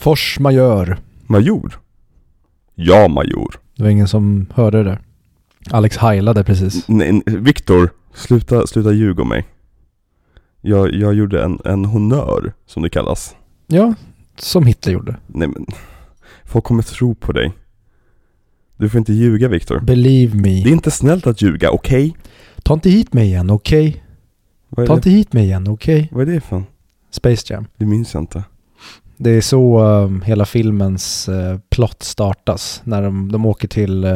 Force Major. Major? Ja, major. Det var ingen som hörde det. Alex heilade precis. Nej, Victor, sluta ljuga om mig. Jag gjorde en honör, som det kallas. Ja, som Hitler gjorde. Nej, men folk kommer tro på dig. Du får inte ljuga, Victor. Believe me. Det är inte snällt att ljuga, okej? Ta inte hit mig igen, okej? Ta inte hit mig igen, okej? Vad är det för? Space Jam. Det minns jag inte. Det är så hela filmens plott startas. När de åker till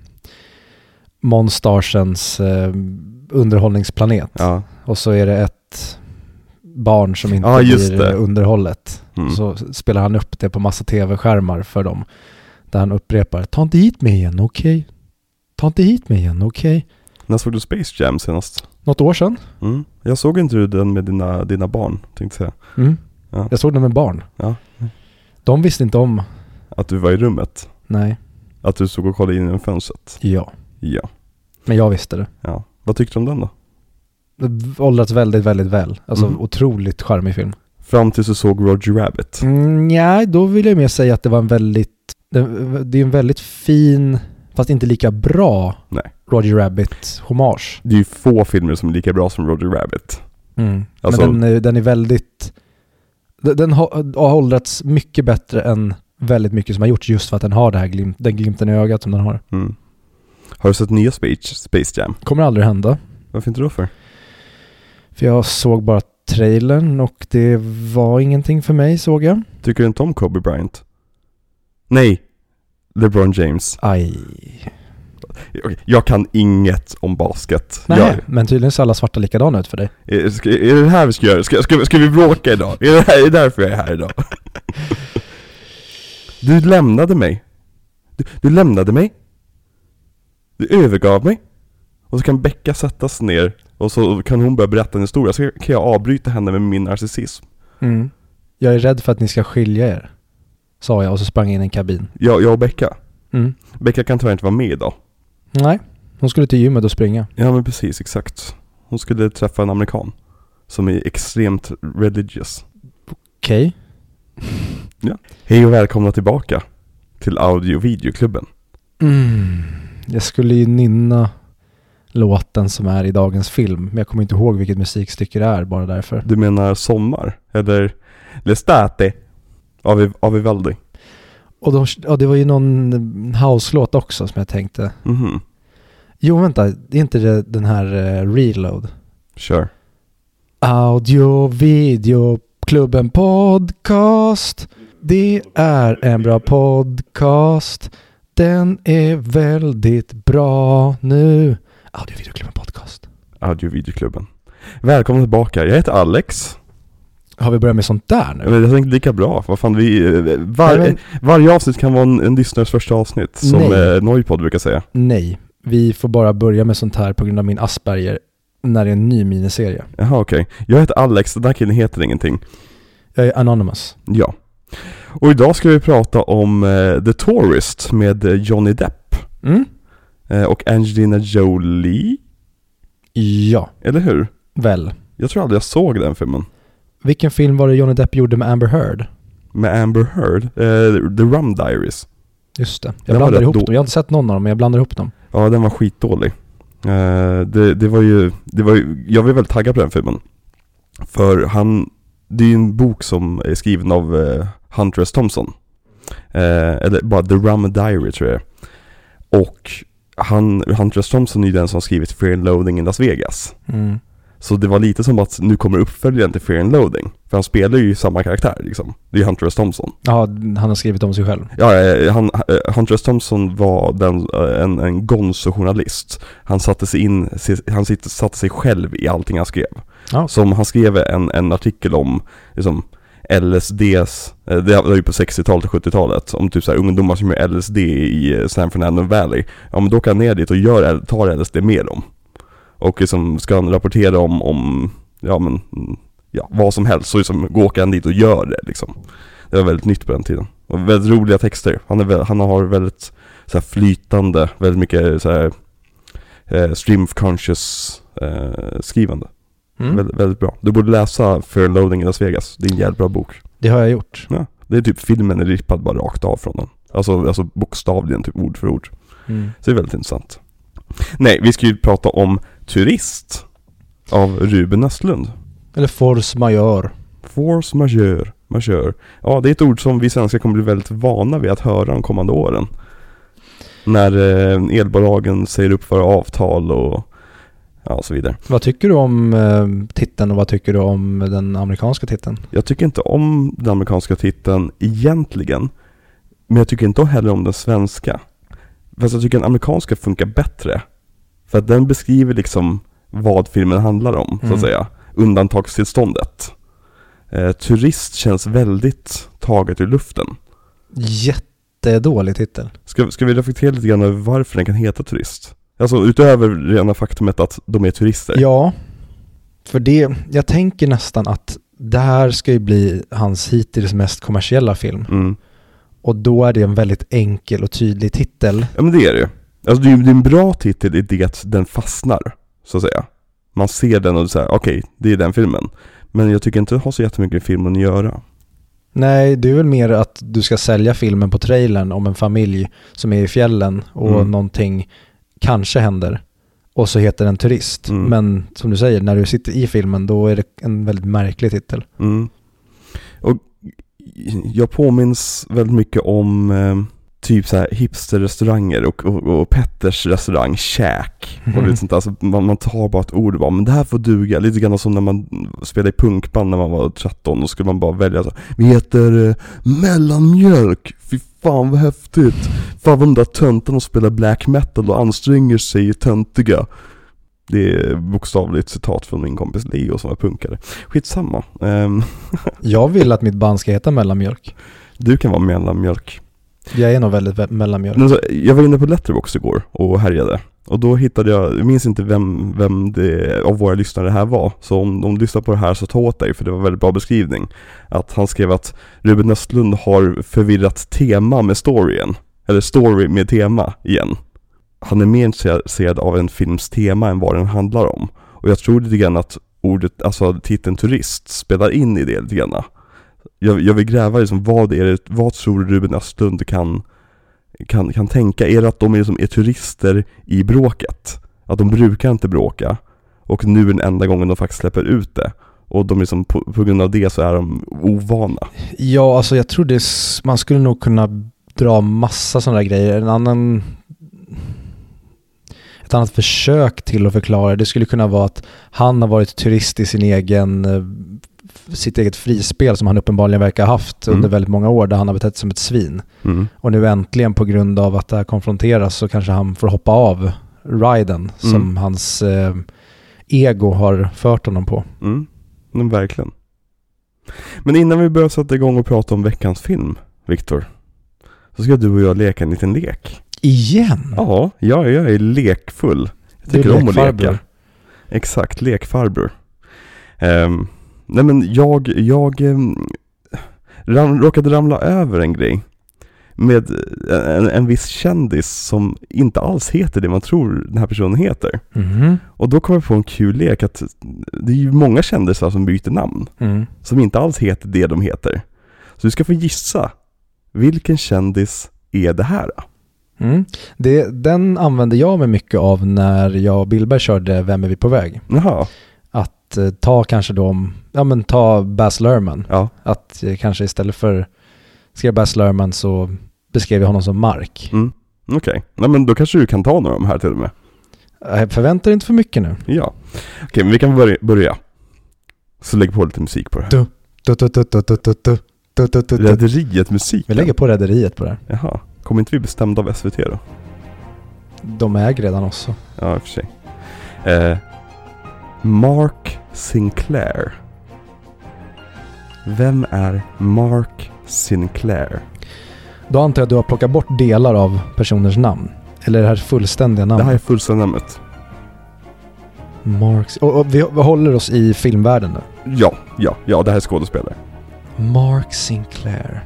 Monstarsens underhållningsplanet. Ja. Och så är det ett barn som inte blir underhållet. Så spelar han upp det på massa tv-skärmar för dem. Där han upprepar, ta inte hit mig igen, okej? Ta inte hit mig igen, okej? När såg du Space Jam senast? Något år sedan. Jag såg inte du den med dina barn, tänkte jag. Ja. Jag såg den med barn. Ja. De visste inte om. Att du var i rummet? Nej. Att du såg och kollade in genom fönstret? Ja. Ja. Men jag visste det. Ja. Vad tyckte du om den då? Det åldrats väldigt, väldigt väl. Alltså otroligt charmig film. Fram tills du såg Roger Rabbit? Nej, då vill jag mer säga att det var det är en väldigt fin, fast inte lika bra Roger Rabbit-hommage. Det är ju få filmer som är lika bra som Roger Rabbit. Alltså, men den är väldigt... Den har åldrats mycket bättre än väldigt mycket som har gjorts, just för att den har det här den glimten i ögat som den har. Har du sett nya Space Jam? Kommer aldrig hända. Varför inte då för? För jag såg bara trailern och det var ingenting för mig, såg jag. Tycker du inte om Kobe Bryant? Nej, LeBron James. Aj. Jag kan inget om basket. Nej, men tydligen ser alla svarta likadana ut för dig. Är det här vi ska göra? Ska vi bråka idag? Är det därför jag är här idag? Du lämnade mig. Du lämnade mig. Du övergav mig. Och så kan Becka sättas ner. Och så kan hon börja berätta en historia. Så kan jag avbryta henne med min narcissism. Jag är rädd för att ni ska skilja er, sa jag och så sprang in i en kabin. Jag och Becka. Becka kan tyvärr inte vara med idag. Nej, hon skulle till gymmet och springa. Ja, men precis, exakt. Hon skulle träffa en amerikan som är extremt religious. Okej. Ja. Hej och välkomna tillbaka till Audio- och videoklubben. Jag skulle ju nynna låten som är i dagens film, men jag kommer inte ihåg vilket musikstycke det är, bara därför. Du menar Sommar? Eller L'estate av Vivaldi? Och det var ju någon house-låt också som jag tänkte. Jo, vänta, det är inte den här Reload? Sure. Audio, video, klubben podcast. Det är en bra podcast. Den är väldigt bra nu. Audio, videoklubben podcast. Audio, videoklubben. Välkommen tillbaka. Jag heter Alex. Har vi börjat med sånt där nu? Men jag tänkte lika bra. Vad fan, varje avsnitt kan vara en lyssnares första avsnitt, som Noipod brukar säga. Nej, vi får bara börja med sånt här på grund av min Asperger när det är en ny miniserie. Jaha, okej. Jag heter Alex, den där killen heter ingenting. Jag är Anonymous. Ja. Och idag ska vi prata om The Tourist med Johnny Depp. Och Angelina Jolie. Ja. Eller hur? Väl. Jag tror aldrig jag såg den filmen. Vilken film var det Johnny Depp gjorde med Amber Heard? Med Amber Heard? The Rum Diaries. Just det. Jag blandar ihop dem. Jag har inte sett någon av dem, men jag blandar ihop dem. Ja, den var skitdålig. Det var ju, jag var väldigt taggad på den filmen. För det är ju en bok som är skriven av Hunter S. Thompson. Eller bara The Rum Diary, tror jag. Och Hunter S. Thompson är ju den som skrivit Fear and Loathing in Las Vegas. Så det var lite som att nu kommer uppföljaren till Fear and Loathing. För han spelar ju samma karaktär liksom. Det är Hunter S. Thompson. Ja, han har skrivit om sig själv. Ja, Hunter S. Thompson var en gonzo-journalist. Han satte sig själv i allting han skrev. Som han skrev en artikel om liksom, LSDs, det var ju på 60-talet och 70-talet, om typ så här ungdomar som gör LSD i San Fernando Valley. Ja, men då kan han ner dit och tar LSD med dem. Och liksom ska han rapportera om vad som helst, så liksom åker han dit och gör det liksom. Det var väldigt nytt på den tiden. Och väldigt roliga texter. Han har väldigt så här flytande, väldigt mycket så här stream of conscious skrivande. Väldigt, väldigt bra. Du borde läsa Fear and Loathing in Las Vegas. Det är en jävligt bra bok. Det har jag gjort. Ja. Det är typ filmen är rippad bara rakt av från den. Alltså bokstavligen typ ord för ord. Så det är väldigt intressant. Nej, vi ska ju prata om Turist av Ruben Östlund. Eller force majeure. Force majeure. Ja, det är ett ord som vi svenskar kommer bli väldigt vana vid att höra de kommande åren. När elbolagen säger upp för avtal och så vidare. Vad tycker du om titeln och vad tycker du om den amerikanska titeln? Jag tycker inte om den amerikanska titeln egentligen. Men jag tycker inte heller om den svenska. Fast jag tycker den amerikanska funkar bättre. För att den beskriver liksom vad filmen handlar om, så att säga. Undantagstillståndet. Turist känns väldigt taget ur luften. Jättedålig titel. Ska vi reflektera lite grann över varför den kan heta Turist? Alltså utöver rena faktumet att de är turister. Ja, för det, jag tänker nästan att det här ska ju bli hans hittills mest kommersiella film. Och då är det en väldigt enkel och tydlig titel. Ja, men det är det ju. Alltså det är en bra titel i det att den fastnar, så att säga. Man ser den och säger, okej, det är den filmen. Men jag tycker inte det har så jättemycket i filmen att göra. Nej, det är väl mer att du ska sälja filmen på trailern om en familj som är i fjällen och någonting kanske händer. Och så heter den Turist. Men som du säger, när du sitter i filmen då är det en väldigt märklig titel. Och jag påminns väldigt mycket om typ så här hipsterrestauranger och Petters restaurang, Käk och lite sånt där. Alltså man tar bara ett ord och bara, men det här får duga. Lite grann som när man spelade i punkband när man var 13. Då skulle man bara välja så. Vi heter Mellanmjölk. Fy fan vad häftigt. Fan vad de där töntarna spelar black metal och anstränger sig töntiga. Det är bokstavligt citat från min kompis Leo som är punkare. Skitsamma. Jag vill att mitt band ska heta Mellanmjölk. Du kan vara Mellanmjölk. Jag är nog väldigt mellanmjölk. Jag var inne på Letterboxd igår och härjade. Och då hittade jag minns inte vem det av våra lyssnare här var. Så om de lyssnar på det här så ta åt dig, för det var en väldigt bra beskrivning. Att han skrev att Ruben Östlund har förvirrat tema med storyn. Eller story med tema igen. Han är mer intresserad av en films tema än vad den handlar om. Och jag tror lite grann att ordet, alltså titeln Turist spelar in i det lite grann. Jag vill gräva liksom, vad tror Ruben Östlund kan tänka? Är det att de är turister i bråket? Att de brukar inte bråka och nu är den enda gången de faktiskt släpper ut det. Och de liksom, på grund av det så är de ovana. Ja, alltså jag tror man skulle nog kunna dra massa sådana grejer. Ett annat försök till att förklara det skulle kunna vara att han har varit turist i sitt eget frispel som han uppenbarligen verkar ha haft under väldigt många år, där han har betett som ett svin. Och nu äntligen på grund av att det här konfronteras så kanske han får hoppa av riden som hans ego har fört honom på. Men verkligen. Men innan vi börjar sätta igång och prata om veckans film, Viktor, så ska du och jag leka en liten lek. Igen? Ja, jag är lekfull. Jag tycker om att leka. Exakt, lekfarbror. Nej men jag råkade ramla över en grej med en viss kändis som inte alls heter det man tror den här personen heter. Och då kom jag på en kul lek att det är ju många kändisar som byter namn som inte alls heter det de heter. Så du ska få gissa, vilken kändis är det här då? Den använde jag mig mycket av när jag och Billberg körde Vem är vi på väg? Jaha. Att ta kanske då, ta Baz Luhrmann. Ja. Att kanske istället för skrev Baz Luhrmann så beskrev jag honom som Mark. Okej. Nej, men då kanske du kan ta några av dem här till och med. Jag förväntar inte för mycket nu. Ja. Okej, men vi kan börja. Så lägg på lite musik på det. Rederiet musik. Vi lägger på Rederiet på det. Jaha. Kommer inte vi bestämda av SVT då? De äger redan också. Ja, i och för sig. Mark Sinclair. Vem är Mark Sinclair? Då antar jag att du har plockat bort delar av personens namn. Eller det här fullständiga namnet? Det här är fullständiga namnet. Mark... Och vi håller oss i filmvärlden nu? Ja, det här är skådespelare. Mark Sinclair.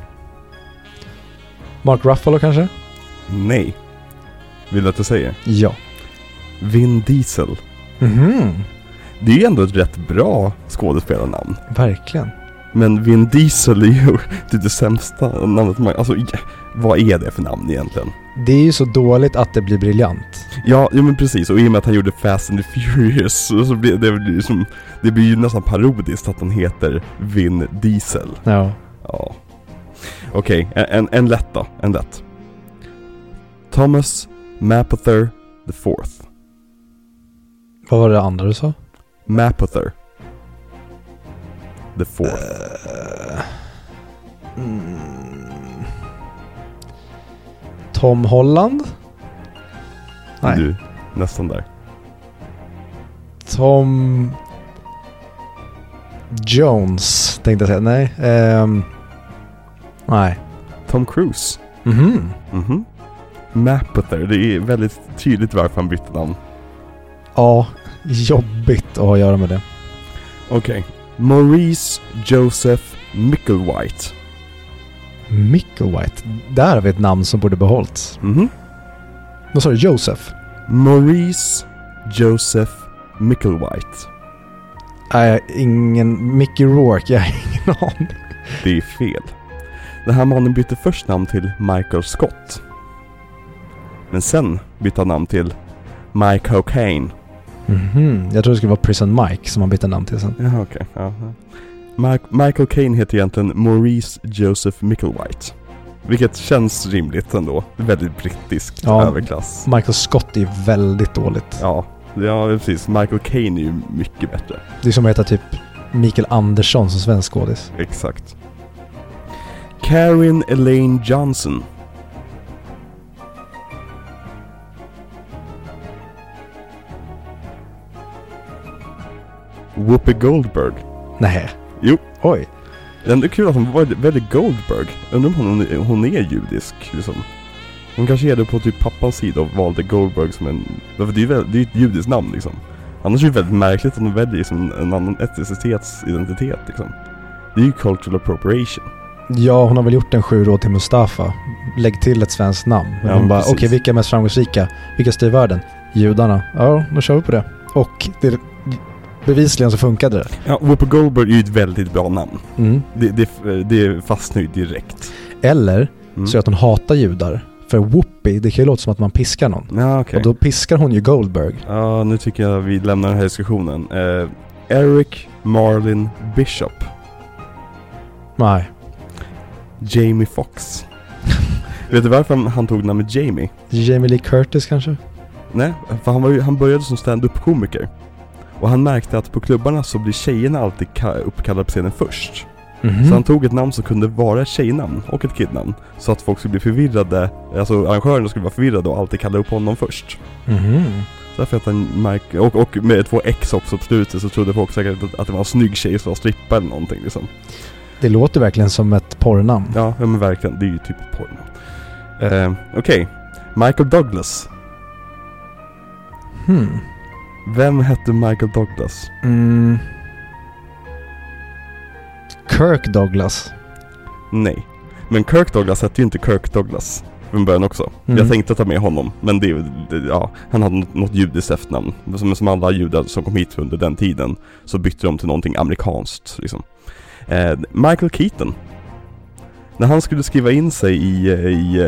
Mark Ruffalo kanske? Nej. Vill du att jag säger? Ja. Vin Diesel. Det är ju ändå ett rätt bra skådespelarnamn. Verkligen. Men Vin Diesel är ju det sämsta namnet. Alltså, vad är det för namn egentligen? Det är ju så dåligt att det blir briljant. Ja, men precis. Och i och med att han gjorde Fast and the Furious så blir det blir ju nästan parodiskt att han heter Vin Diesel. Ja. Okej, en lätt då. En lätt. Thomas Mapother the Fourth. Vad var det andra du sa? Mapother the Fourth. Tom Holland? Nej. Du, nästan där. Tom Jones tänkte jag säga. Nej. Nej. Tom Cruise. Mapother. Det är väldigt tydligt varför han bytte namn. Ja, jobbigt att ha att göra med det. Okej. Maurice Joseph Micklewhite. Micklewhite? Där har vi ett namn som borde behållts. Vad sa du? Joseph? Maurice Joseph Micklewhite. Ingen Mickey Rourke, jag har ingen aning. Det är fel. Den här mannen bytte först namn till Michael Scott. Men sen bytte han namn till Mike Cocaine. Jag tror det skulle vara Prison Mike som han bytte namn till sen. Ja, okej. Michael Caine heter egentligen Maurice Joseph Micklewhite. Vilket känns rimligt ändå. Väldigt brittisk överklass. Michael Scott är väldigt dåligt. Ja, precis. Michael Caine är ju mycket bättre. Det är som att heta typ Mikael Andersson som svensk skådis. Exakt. Karen Elaine Johnson. Whoopi Goldberg. Nej. Jo. Oj. Det är ändå kul att hon var väldigt Goldberg. Undrar om hon är judisk liksom. Hon kanske är det på typ pappans sida och valde Goldberg som en... För det är ju ett judiskt namn liksom. Annars är det väldigt märkligt att de väljer liksom en annan etnicitets-identitet liksom. Det är ju cultural appropriation. Ja, hon har väl gjort en 7 råd till Mustafa. Lägg till ett svenskt namn. Ja, hon bara, okej, vilka är mest framgångsrika? Vilka styr världen? Judarna. Ja, då kör vi på det. Och bevisligen så funkade det. Ja, Whoopi Goldberg är ju ett väldigt bra namn. Det fastnar ju direkt. Eller så att hon hatar judar. För Whoopi, det kan ju låta som att man piskar någon. Ja, okay. Och då piskar hon ju Goldberg. Ja, nu tycker jag vi lämnar den här diskussionen. Eric Marlin Bishop. Nej. Jamie Foxx. Vet du varför han tog namnet Jamie? Jamie Lee Curtis kanske? Nej, för han började som stand-up-komiker. Och han märkte att på klubbarna så blir tjejerna alltid uppkallade på scenen först. Så han tog ett namn som kunde vara ett tjejnamn och ett kidnamn. Så att folk skulle bli förvirrade, alltså arrangörerna skulle vara förvirrade och alltid kalla upp honom först. Så därför att han och med 2 X också på slutet så trodde folk säkert att det var en snygg tjej som var strippa eller någonting liksom. Det låter verkligen som ett porrnamn. Ja, men verkligen, det är ju typ ett porrnamn. Okej. Michael Douglas. Vem hette Michael Douglas? Kirk Douglas. Nej. Men Kirk Douglas hette ju inte Kirk Douglas från början också. Jag tänkte ta med honom. Men han hade något judiskt efternamn. Som alla judar som kom hit under den tiden så bytte de till någonting amerikanskt liksom. Michael Keaton. När han skulle skriva in sig i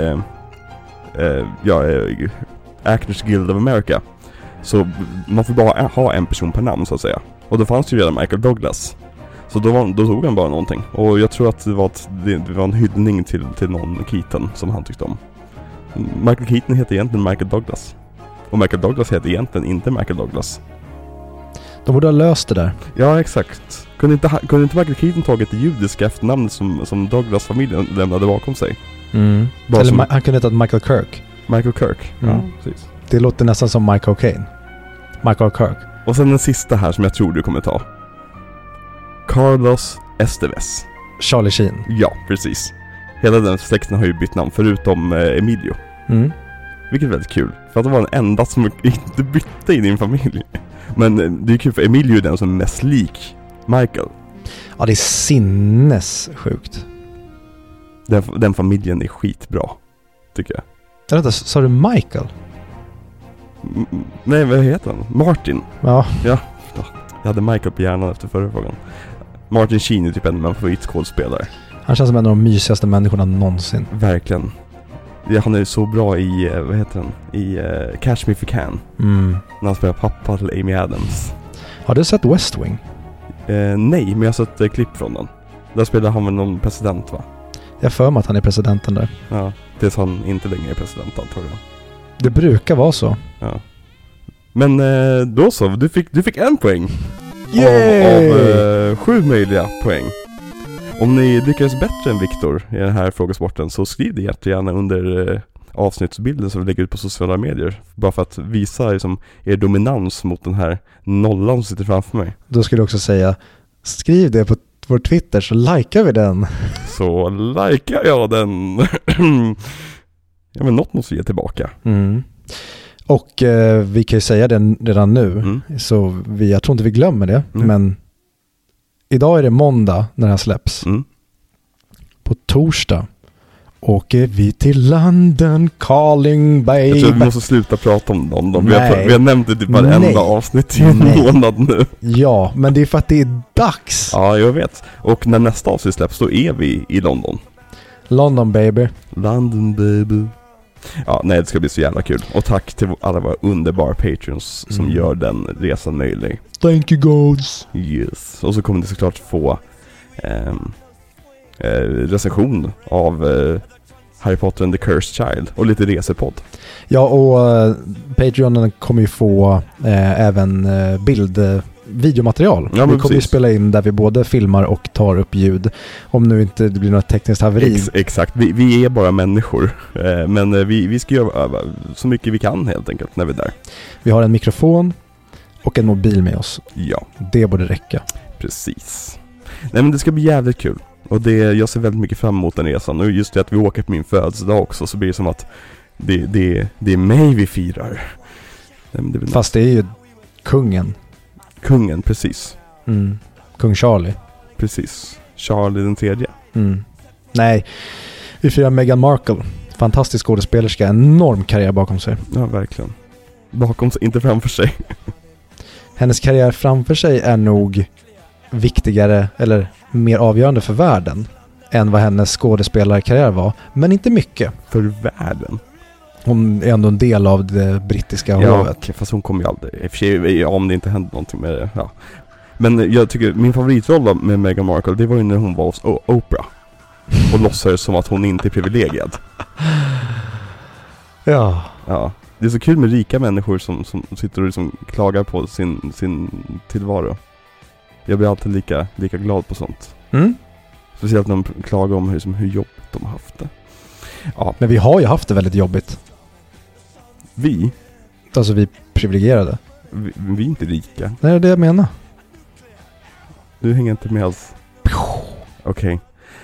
Actors Guild of America, så man får bara ha en person per namn så att säga. Och då fanns det ju redan Michael Douglas. Så då tog han bara någonting. Och jag tror att det var en hyllning till någon Keaton som han tyckte om. Michael Keaton heter egentligen Michael Douglas. Och Michael Douglas heter egentligen inte Michael Douglas. De borde ha löst det där. Ja, exakt. Kunde inte Michael Keaton tagit det judiska efternamnet som Douglas-familjen lämnade bakom sig? Eller han kunde heta Michael Kirk. Michael Kirk, ja, precis. Det låter nästan som Michael Caine. Michael Kirk. Och sen den sista här som jag tror du kommer ta. Carlos Estevez. Charlie Sheen. Ja, precis. Hela den släkten har ju bytt namn förutom Emilio. Vilket är väldigt kul. För att det var den enda som inte bytte i din familj. Men det är kul för Emilio är den som är mest lik Michael. Ja, det är sinnessjukt. Den familjen är skitbra, tycker jag. Vänta, sa du Michael? Nej, vad heter han? Martin. Ja. Jag hade Michael på hjärnan efter förra frågan. Martin Sheen är typ en av mina favoritskådespelare. Han känns som en av de mysigaste människorna någonsin. Verkligen. Han är så bra i, vad heter den? I Catch Me If You Can. När han spelar pappa till Amy Adams. Har du sett West Wing? Nej, men jag har sett klipp från den. Där spelar han väl någon president, va? Jag för mig att han är presidenten där. Ja, tills han inte längre är president, antar jag. Det brukar vara så. Ja. Men då så, du fick en poäng. Av 7 möjliga poäng. Om ni lyckas bättre än Viktor i den här frågesporten så skriv det jättegärna under avsnittsbilden som vi lägger ut på sociala medier. Bara för att visa liksom, er dominans mot den här nollan som sitter framför mig. Då skulle jag också säga, skriv det på vår Twitter så likar vi den. Så likar jag den. Ja, men något måste vi ge tillbaka. Och vi kan ju säga det redan nu. Så jag tror inte vi glömmer det. Men idag är det måndag när det här släpps. På torsdag åker vi till London calling baby. Jag tror vi måste sluta prata om dem. Vi har nämnt det i varenda avsnitt i en månad nu. Ja, men det är för att det är dags. Ja, jag vet. Och när nästa avsnitt släpps då är vi i London. London baby. London baby. Ja, nej, det ska bli så jävla kul. Och tack till alla våra underbara patrons som gör den resan möjlig. Thank you gods. Yes. Och så kommer ni såklart få recension av Harry Potter and the Cursed Child och lite resepodd. Ja, och Patreonen kommer ju få även videomaterial. Ja, vi kommer ju spela in där vi både filmar och tar upp ljud. Om nu inte det blir något tekniskt haveri. Exakt, vi är bara människor. Men vi ska göra så mycket vi kan helt enkelt när vi är där. Vi har en mikrofon och en mobil med oss. Ja. Det borde räcka. Precis. Nej, men det ska bli jävligt kul. Och jag ser väldigt mycket fram emot den resan. Och just det att vi åker på min födelsedag också, så blir det som att det är mig vi firar. Fast det är ju kungen. Kungen, precis. Kung Charlie. Precis. Charlie den tredje. Nej, vi firar Meghan Markle. Fantastisk skådespelerska, enorm karriär bakom sig. Ja, verkligen. Bakom sig, inte framför sig. Hennes karriär framför sig är nog viktigare eller mer avgörande för världen än vad hennes skådespelarkarriär var. Men inte mycket. För världen? Hon är ändå en del av det brittiska hovet. Ja, fast hon kommer ju aldrig. I och för sig, om det inte händer någonting med det. Ja. Men jag tycker, min favoritroll med Meghan Markle, det var ju när hon var hos Oprah. Och låtsades som att hon inte är privilegierad. Ja. Ja. Det är så kul med rika människor som sitter och liksom klagar på sin tillvaro. Jag blir alltid lika glad på sånt. Speciellt när de klagar om hur jobbigt de har haft det. Ja. Men vi har ju haft det väldigt jobbigt. Vi? Alltså vi privilegierade. Vi är inte rika. Nej, det är det jag menar. Du hänger inte med alls. Okej.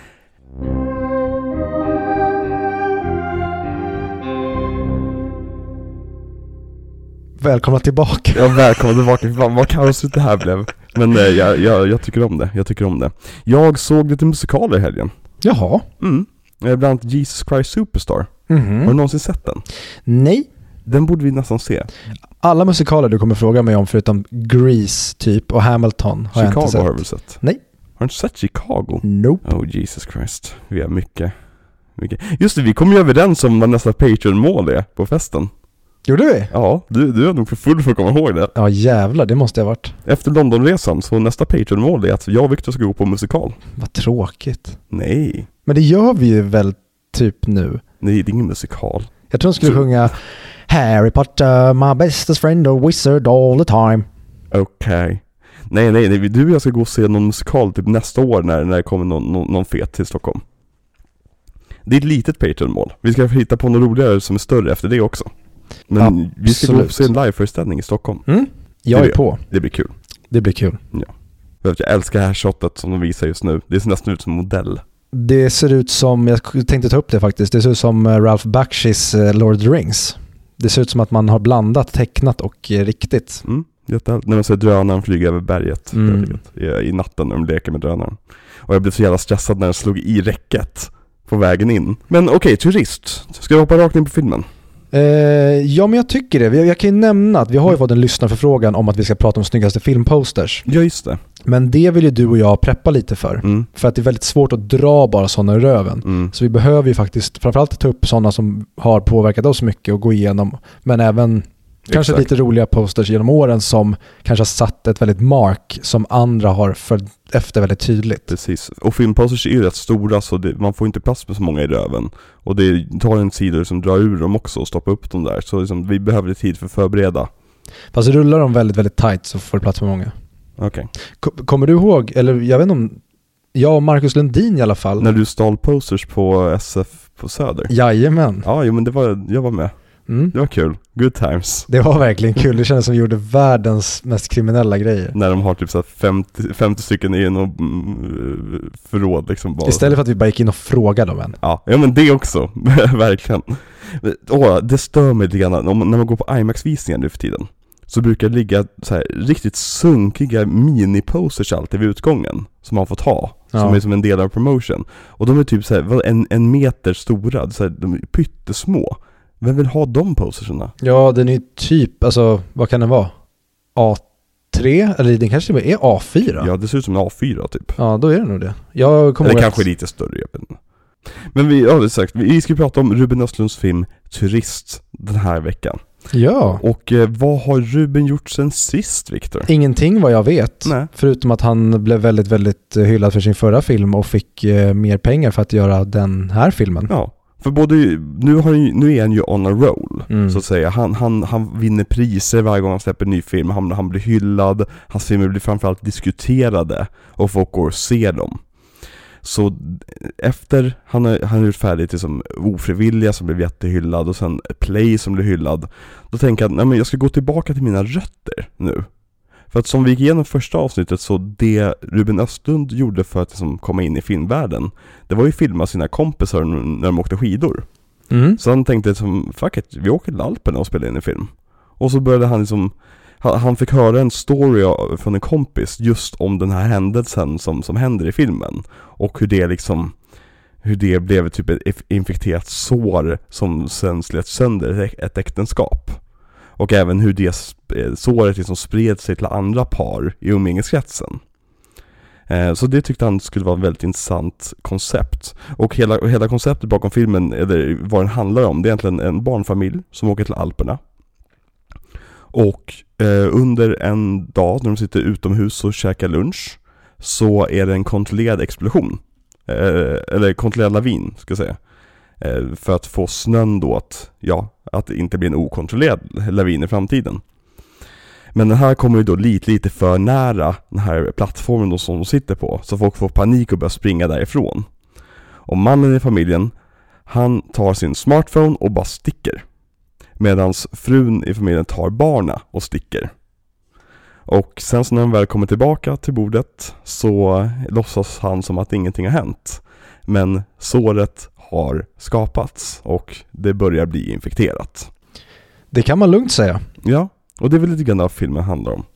Välkomna tillbaka. Ja, välkomna tillbaka. Vad kaosigt det här blev. Men jag tycker om det. Jag såg lite musikaler i helgen. Jaha. Bland annat Jesus Christ Superstar. Har du någonsin sett den? Nej. Den borde vi nästan se. Alla musikaler du kommer fråga mig om förutom Grease typ och Hamilton har Chicago jag inte sett. Har du sett? Nej. Har du inte sett Chicago? Nope. Oh Jesus Christ. Vi har mycket. Just det, vi kom ju överens om vad nästa Patreon-mål är på festen. Gjorde vi? Ja, du är nog för full för att komma ihåg det. Ja, jävlar, det måste jag ha varit. Efter Londonresan, så nästa Patreon-mål är att jag och Victor ska gå på musikal. Vad tråkigt. Nej. Men det gör vi ju väl typ nu. Nej, det är ingen musikal. Jag tror de skulle sjunga Harry Potter, my bestest friend, a wizard all the time. Okej. Nej, du och jag ska gå och se någon musikal typ nästa år när det kommer någon fet till Stockholm. Det är ett litet Patreon-mål. Vi ska hitta på något roligare som är större efter det också. Men absolut. Vi ska gå och se en liveföreställning i Stockholm. Jag är på. Det blir kul. Ja. Jag älskar det här shotet som de visar just nu. Det ser nästan ut som modell. Det ser ut som, jag tänkte ta upp det faktiskt. Det ser ut som Ralph Bakshi's Lord of the Rings. Det ser ut som att man har blandat tecknat och riktigt. När man ser drönaren flyga över berget i natten när de leker med drönaren. Och jag blev så jävla stressad när den slog i räcket på vägen in. Men okej, turist. Ska jag hoppa rakt in på filmen? Ja, men jag tycker det. Jag kan ju nämna att vi har ju fått en lyssnarförfrågan om att vi ska prata om snyggaste filmposters. Ja, just det. Men det vill ju du och jag preppa lite för. För att det är väldigt svårt att dra bara sådana i röven. Så vi behöver ju faktiskt framförallt ta upp sådana som har påverkat oss mycket och gå igenom. Men även kanske lite roliga posters genom åren som kanske har satt ett väldigt mark som andra har följt efter väldigt tydligt. Precis. Och filmposters är ju rätt stora så man får inte plats med så många i röven. Och det tar en sida som drar ur dem också och stoppar upp dem där. Så liksom, vi behöver tid för att förbereda. Fast rullar de väldigt, väldigt tight så får det plats med många. Okej. Kommer du ihåg, eller jag vet inte om jag och Marcus Lundin i alla fall. När du stal posters på SF på Söder? Jajamän. Ja, men jag var med. Det var kul. Good times. Det var verkligen kul. Det kändes som vi gjorde världens mest kriminella grejer. När de har typ så 50 stycken i en förråd liksom bara. Istället för att vi bara gick in och frågade dem än. Ja, men det också. Verkligen. Det stör mig lite grann när man går på IMAX-visningar nu för tiden. Så brukar det ligga så här riktigt sunkiga mini-posters alltid vid utgången som man får ta. Som är som en del av promotion. Och de är typ så här, en meter stora. Så här, de är pyttesmå. Vem vill ha de posterserna? Ja, den är typ, alltså, vad kan den vara? A3? Eller den kanske är A4? Ja, det ser ut som en A4 typ. Ja, då är det nog det. Eller kanske lite större, jag vet inte. Men vi ska prata om Ruben Östlunds film Turist den här veckan. Ja. Och vad har Ruben gjort sen sist, Victor? Ingenting vad jag vet. Nej. Förutom att han blev väldigt, väldigt hyllad för sin förra film och fick mer pengar för att göra den här filmen. Ja. För nu är han ju on a roll, så att säga. Han vinner priser varje gång han släpper en ny film. Han blir hyllad, hans filmer blir framförallt diskuterade och folk går och ser dem. Så efter han har gjort färdigt till som Ofrivilliga som blev jättehyllad och sen Play som blev hyllad, då tänker jag att jag ska gå tillbaka till mina rötter nu. För att som vi gick igenom första avsnittet, så det Ruben Östlund gjorde för att liksom komma in i filmvärlden, det var ju filma sina kompisar när de åkte skidor. Så han tänkte som, fuck it, vi åker till Alperna och spelar in en film. Och så började han liksom, han fick höra en story från en kompis just om den här händelsen som händer i filmen. Och hur det blev typ ett infekterat sår som sen slet sönder ett äktenskap. Och även hur det såret liksom spred sig till andra par i umgängeskretsen. Så det tyckte han skulle vara ett väldigt intressant koncept. Och hela konceptet bakom filmen, eller vad den handlar om, det är egentligen en barnfamilj som åker till Alperna. Och under en dag när de sitter utomhus och käkar lunch, så är det en kontrollerad explosion. Eller kontrollerad lavin, ska jag säga. För att få snön då att det inte blir en okontrollerad lavin i framtiden. Men den här kommer ju då lite för nära den här plattformen då som de sitter på, så folk får panik och börjar springa därifrån. Och mannen i familjen, han tar sin smartphone och bara sticker. Medan frun i familjen tar barna och sticker. Och sen så när han väl kommer tillbaka till bordet, så låtsas han som att ingenting har hänt. Men såret har skapats och det börjar bli infekterat. Det kan man lugnt säga. Ja, och det är väl lite grann av filmen handlar om.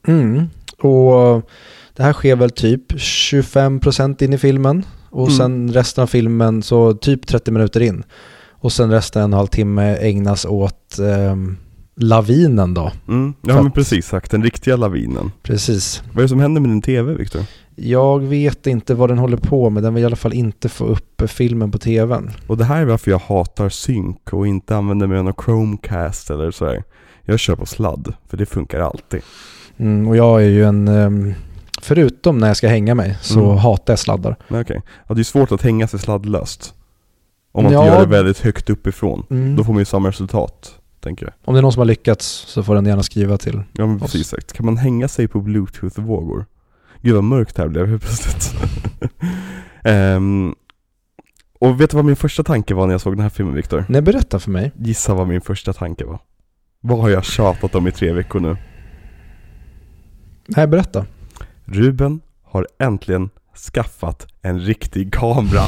Och det här sker väl typ 25% in i filmen. Och sen resten av filmen så typ 30 minuter in. Och sen resten en halvtimme ägnas åt lavinen då. Ja, men precis sagt, den riktiga lavinen. Precis. Vad är det som händer med din tv, Victor? Jag vet inte vad den håller på med. Den vill i alla fall inte få upp filmen på tvn. Och det här är varför jag hatar synk och inte använder mig av någon Chromecast eller så här. Jag kör på sladd, för det funkar alltid. Och jag är ju förutom när jag ska hänga mig, så hatar jag sladdar. Okej. Ja, det är svårt att hänga sig sladdlöst. Om man inte gör det väldigt högt uppifrån. Då får man ju samma resultat, tänker jag. Om det är någon som har lyckats så får den gärna skriva till. Ja, men precis sagt. Kan man hänga sig på Bluetooth-vågor? Gud vad mörkt här blev plötsligt. Och vet du vad min första tanke var när jag såg den här filmen, Victor? Nej, berätta för mig. Gissa vad min första tanke var. Vad har jag tjatat om i 3 veckor nu? Nej, berätta. Ruben har äntligen skaffat en riktig kamera.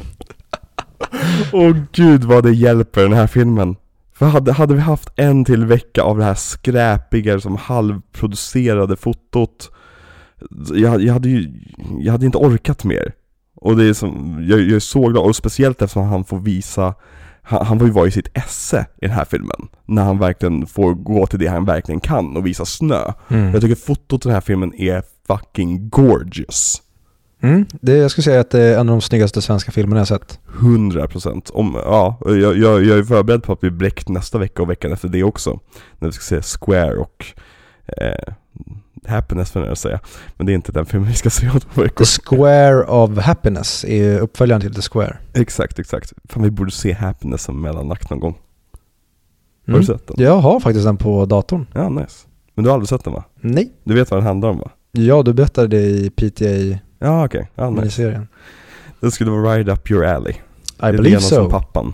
Åh gud vad det hjälper den här filmen. För hade vi haft en till vecka av det här skräpiga som halvproducerade fotot, jag hade inte orkat mer. Och det är som jag är så glad, och speciellt eftersom han får visa han var ju varit i sitt esse i den här filmen. När han verkligen får gå till det han verkligen kan och visa snö. Jag tycker fotot i den här filmen är fucking gorgeous. Jag skulle säga att det är en av de snyggaste svenska filmerna jag sett. 100%. Jag är förberedd på att bli bläckt nästa vecka och veckan efter det också. När vi ska se Square och Happiness för att säga. Men det är inte den filmen vi ska se om 2 veckor. The Square of Happiness är uppföljaren till The Square. Exakt. Fan, vi borde se Happiness som mellanakt någon gång. Har du sett den? Jag har faktiskt den på datorn. Ja, nice. Men du har aldrig sett den, va? Nej. Du vet vad den handlar om, va? Ja, du berättade det i PTA. Ja, okej. Ja, nice. Serien. Det skulle vara right up your alley. I believe so. Som pappan.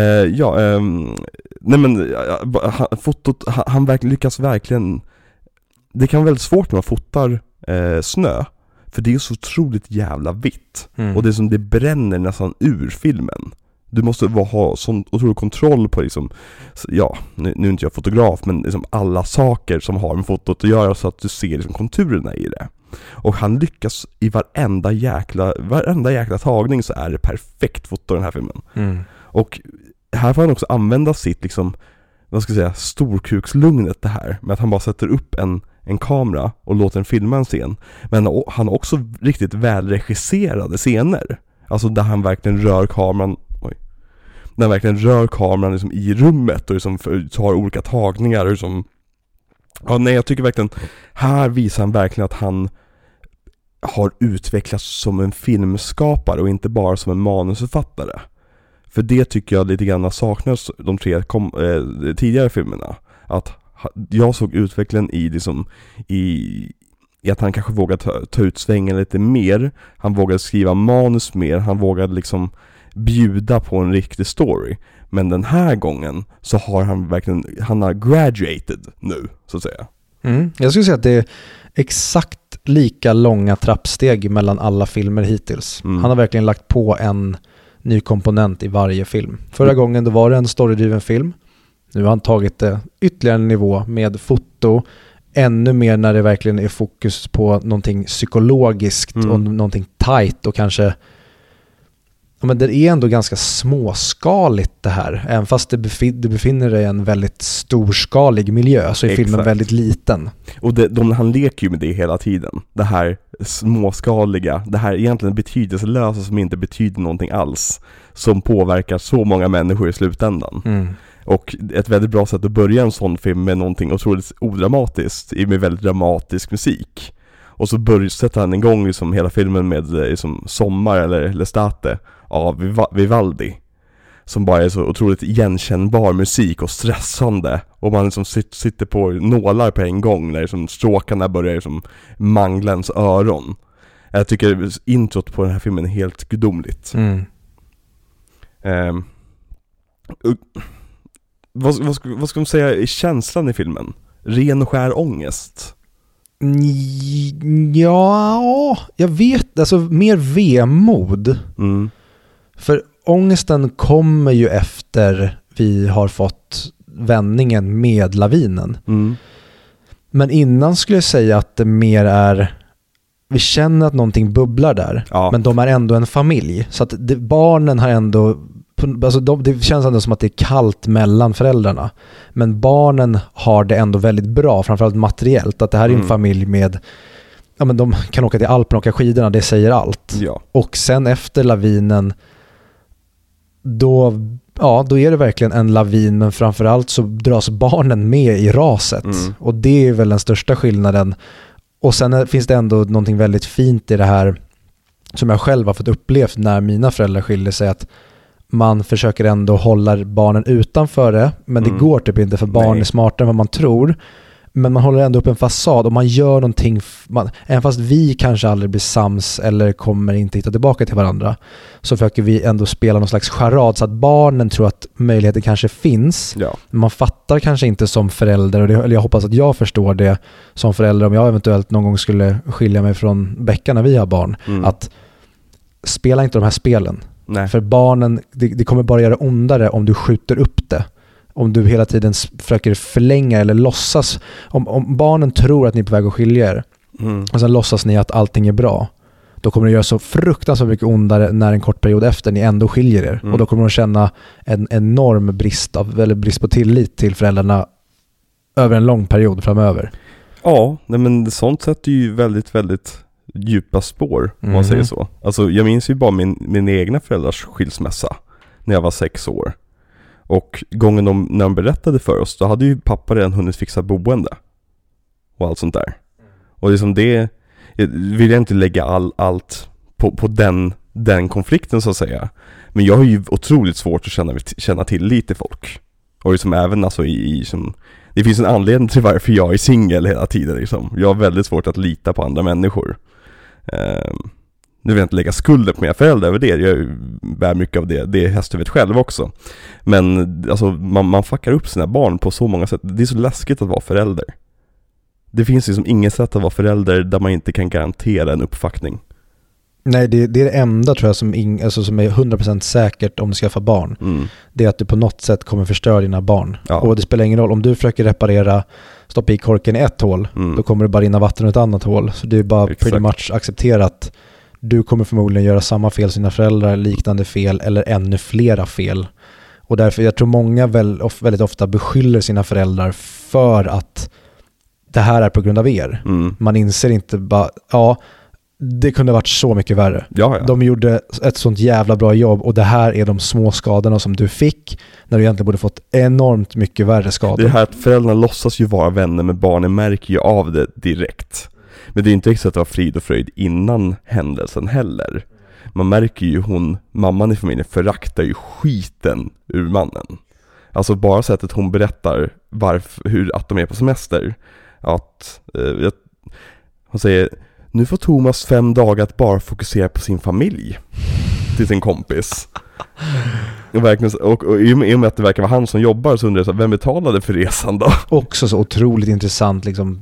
Fotot, han lyckas verkligen. Det kan vara väldigt svårt när man fotar snö, för det är så otroligt jävla vitt. Och det är som det bränner nästan ur filmen. Du måste ha sån otrolig kontroll på liksom, nu är inte jag fotograf, men liksom alla saker som har med fotot att göra så att du ser liksom konturerna i det. Och han lyckas i varenda jäkla tagning, så är det perfekt foto i den här filmen. Och här får han också använda sitt liksom, vad ska jag säga, storkukslugnet det här, med att han bara sätter upp en kamera och låter den filma en scen. Men han har också riktigt välregisserade scener. Alltså där han verkligen rör kameran liksom i rummet och liksom tar olika tagningar och liksom, jag tycker verkligen här visar han verkligen att han har utvecklats som en filmskapare och inte bara som en manusförfattare. För det tycker jag lite grann saknas de 3 tidigare filmerna. Att jag såg utvecklingen i att han kanske vågade ta ut svängen lite mer. Han vågade skriva manus mer. Han vågade liksom bjuda på en riktig story. Men den här gången så har han har graduated nu, så att säga. Jag skulle säga att det är exakt lika långa trappsteg mellan alla filmer hittills. Han har verkligen lagt på en ny komponent i varje film. Förra gången då var det en storydriven film. Nu har han tagit det ytterligare en nivå med foto, ännu mer när det verkligen är fokus på någonting psykologiskt och någonting tight och kanske, men det är ändå ganska småskaligt det här. Även fast du befinner dig i en väldigt storskalig miljö så är filmen väldigt liten. Och han leker ju med det hela tiden. Det här småskaliga, det här egentligen betydelselösa som inte betyder någonting alls, som påverkar så många människor i slutändan. Och ett väldigt bra sätt att börja en sån film med någonting otroligt odramatiskt med väldigt dramatisk musik. Och så sätter han igång liksom hela filmen med liksom Sommar eller L'estate av Vivaldi, som bara är så otroligt igenkännbar musik och stressande, och man liksom sitter på nålar på en gång när liksom stråkarna börjar liksom mangla ens öron. Jag tycker introt på den här filmen är helt gudomligt. Vad ska man säga i känslan i filmen? Ren och skär ångest? Ja, jag vet, alltså mer vemod. För ångesten kommer ju efter vi har fått vändningen med lavinen. Men innan skulle jag säga att det mer är, vi känner att någonting bubblar där, men de är ändå en familj. Så att barnen har ändå, alltså det känns ändå som att det är kallt mellan föräldrarna. Men barnen har det ändå väldigt bra, framförallt materiellt. Att det här är en familj med, men de kan åka till Alpen och åka skidorna, det säger allt. Och sen efter lavinen, då är det verkligen en lavin, men framförallt så dras barnen med i raset. Och det är väl den största skillnaden. Och sen finns det ändå någonting väldigt fint i det här som jag själv har fått upplevt när mina föräldrar skiljer sig, att man försöker ändå hålla barnen utanför det, men det går typ inte, för barn är smartare än vad man tror. Men man håller ändå upp en fasad och man gör någonting, även fast vi kanske aldrig blir sams eller kommer inte hitta tillbaka till varandra, så försöker vi ändå spela någon slags charad så att barnen tror att möjligheter kanske finns. Men man fattar kanske inte som förälder, eller jag hoppas att jag förstår det som förälder om jag eventuellt någon gång skulle skilja mig från Becka när vi har barn, att spela inte de här spelen. För barnen, det kommer bara göra ondare om du skjuter upp det. Om du hela tiden försöker förlänga eller låtsas. Om barnen tror att ni är på väg att skilja er och sen låtsas ni att allting är bra, då kommer det göra så fruktansvärt mycket ondare när en kort period efter ni ändå skiljer er. Och då kommer de känna en enorm brist på tillit till föräldrarna över en lång period framöver. Ja, men sånt sätter ju väldigt, väldigt djupa spår, om man säger så. Alltså, jag minns ju bara min egna föräldrars skilsmässa när jag var 6 år. Och gången när de berättade för oss, då hade ju pappa redan hunnit fixa boende och allt sånt där. Och liksom det vill jag inte lägga allt på den konflikten, så att säga. Men jag har ju otroligt svårt att känna tillit till folk. Och liksom även alltså det finns en anledning till varför jag är singel hela tiden liksom. Jag har väldigt svårt att lita på andra människor. Nu vill jag inte lägga skulden på mina föräldrar över det. Jag bär mycket av det är hästhuvudet själv också. Men alltså, man fuckar upp sina barn på så många sätt. Det är så läskigt att vara förälder. Det finns liksom inget sätt att vara förälder där man inte kan garantera en uppfackning. Nej, det är det enda tror jag som är 100% säkert om du skaffar barn. Det är att du på något sätt kommer förstöra dina barn. Ja. Och det spelar ingen roll om du försöker reparera, stoppa i korken i ett hål, då kommer det bara rinna vatten i ett annat hål. Så det är bara pretty much accepterat. Du kommer förmodligen göra samma fel som dina föräldrar, liknande fel eller ännu flera fel. Och därför, jag tror många väldigt ofta beskyller sina föräldrar för att det här är på grund av er. Man inser inte bara, det kunde varit så mycket värre. Ja. De gjorde ett sånt jävla bra jobb och det här är de små skadorna som du fick när du egentligen borde fått enormt mycket värre skador. Det här att föräldrarna låtsas ju vara vänner med barnen märker ju av det direkt. Men det är inte riktigt att det var frid och fröjd innan händelsen heller. Man märker ju mamman i familjen föraktar ju skiten ur mannen. Alltså bara sättet hon berättar att de är på semester. Att hon säger, nu får Thomas 5 dagar att bara fokusera på sin familj till sin kompis. Och i och med att det verkar vara han som jobbar så undrar jag, vem betalade för resan då? Också så otroligt intressant liksom,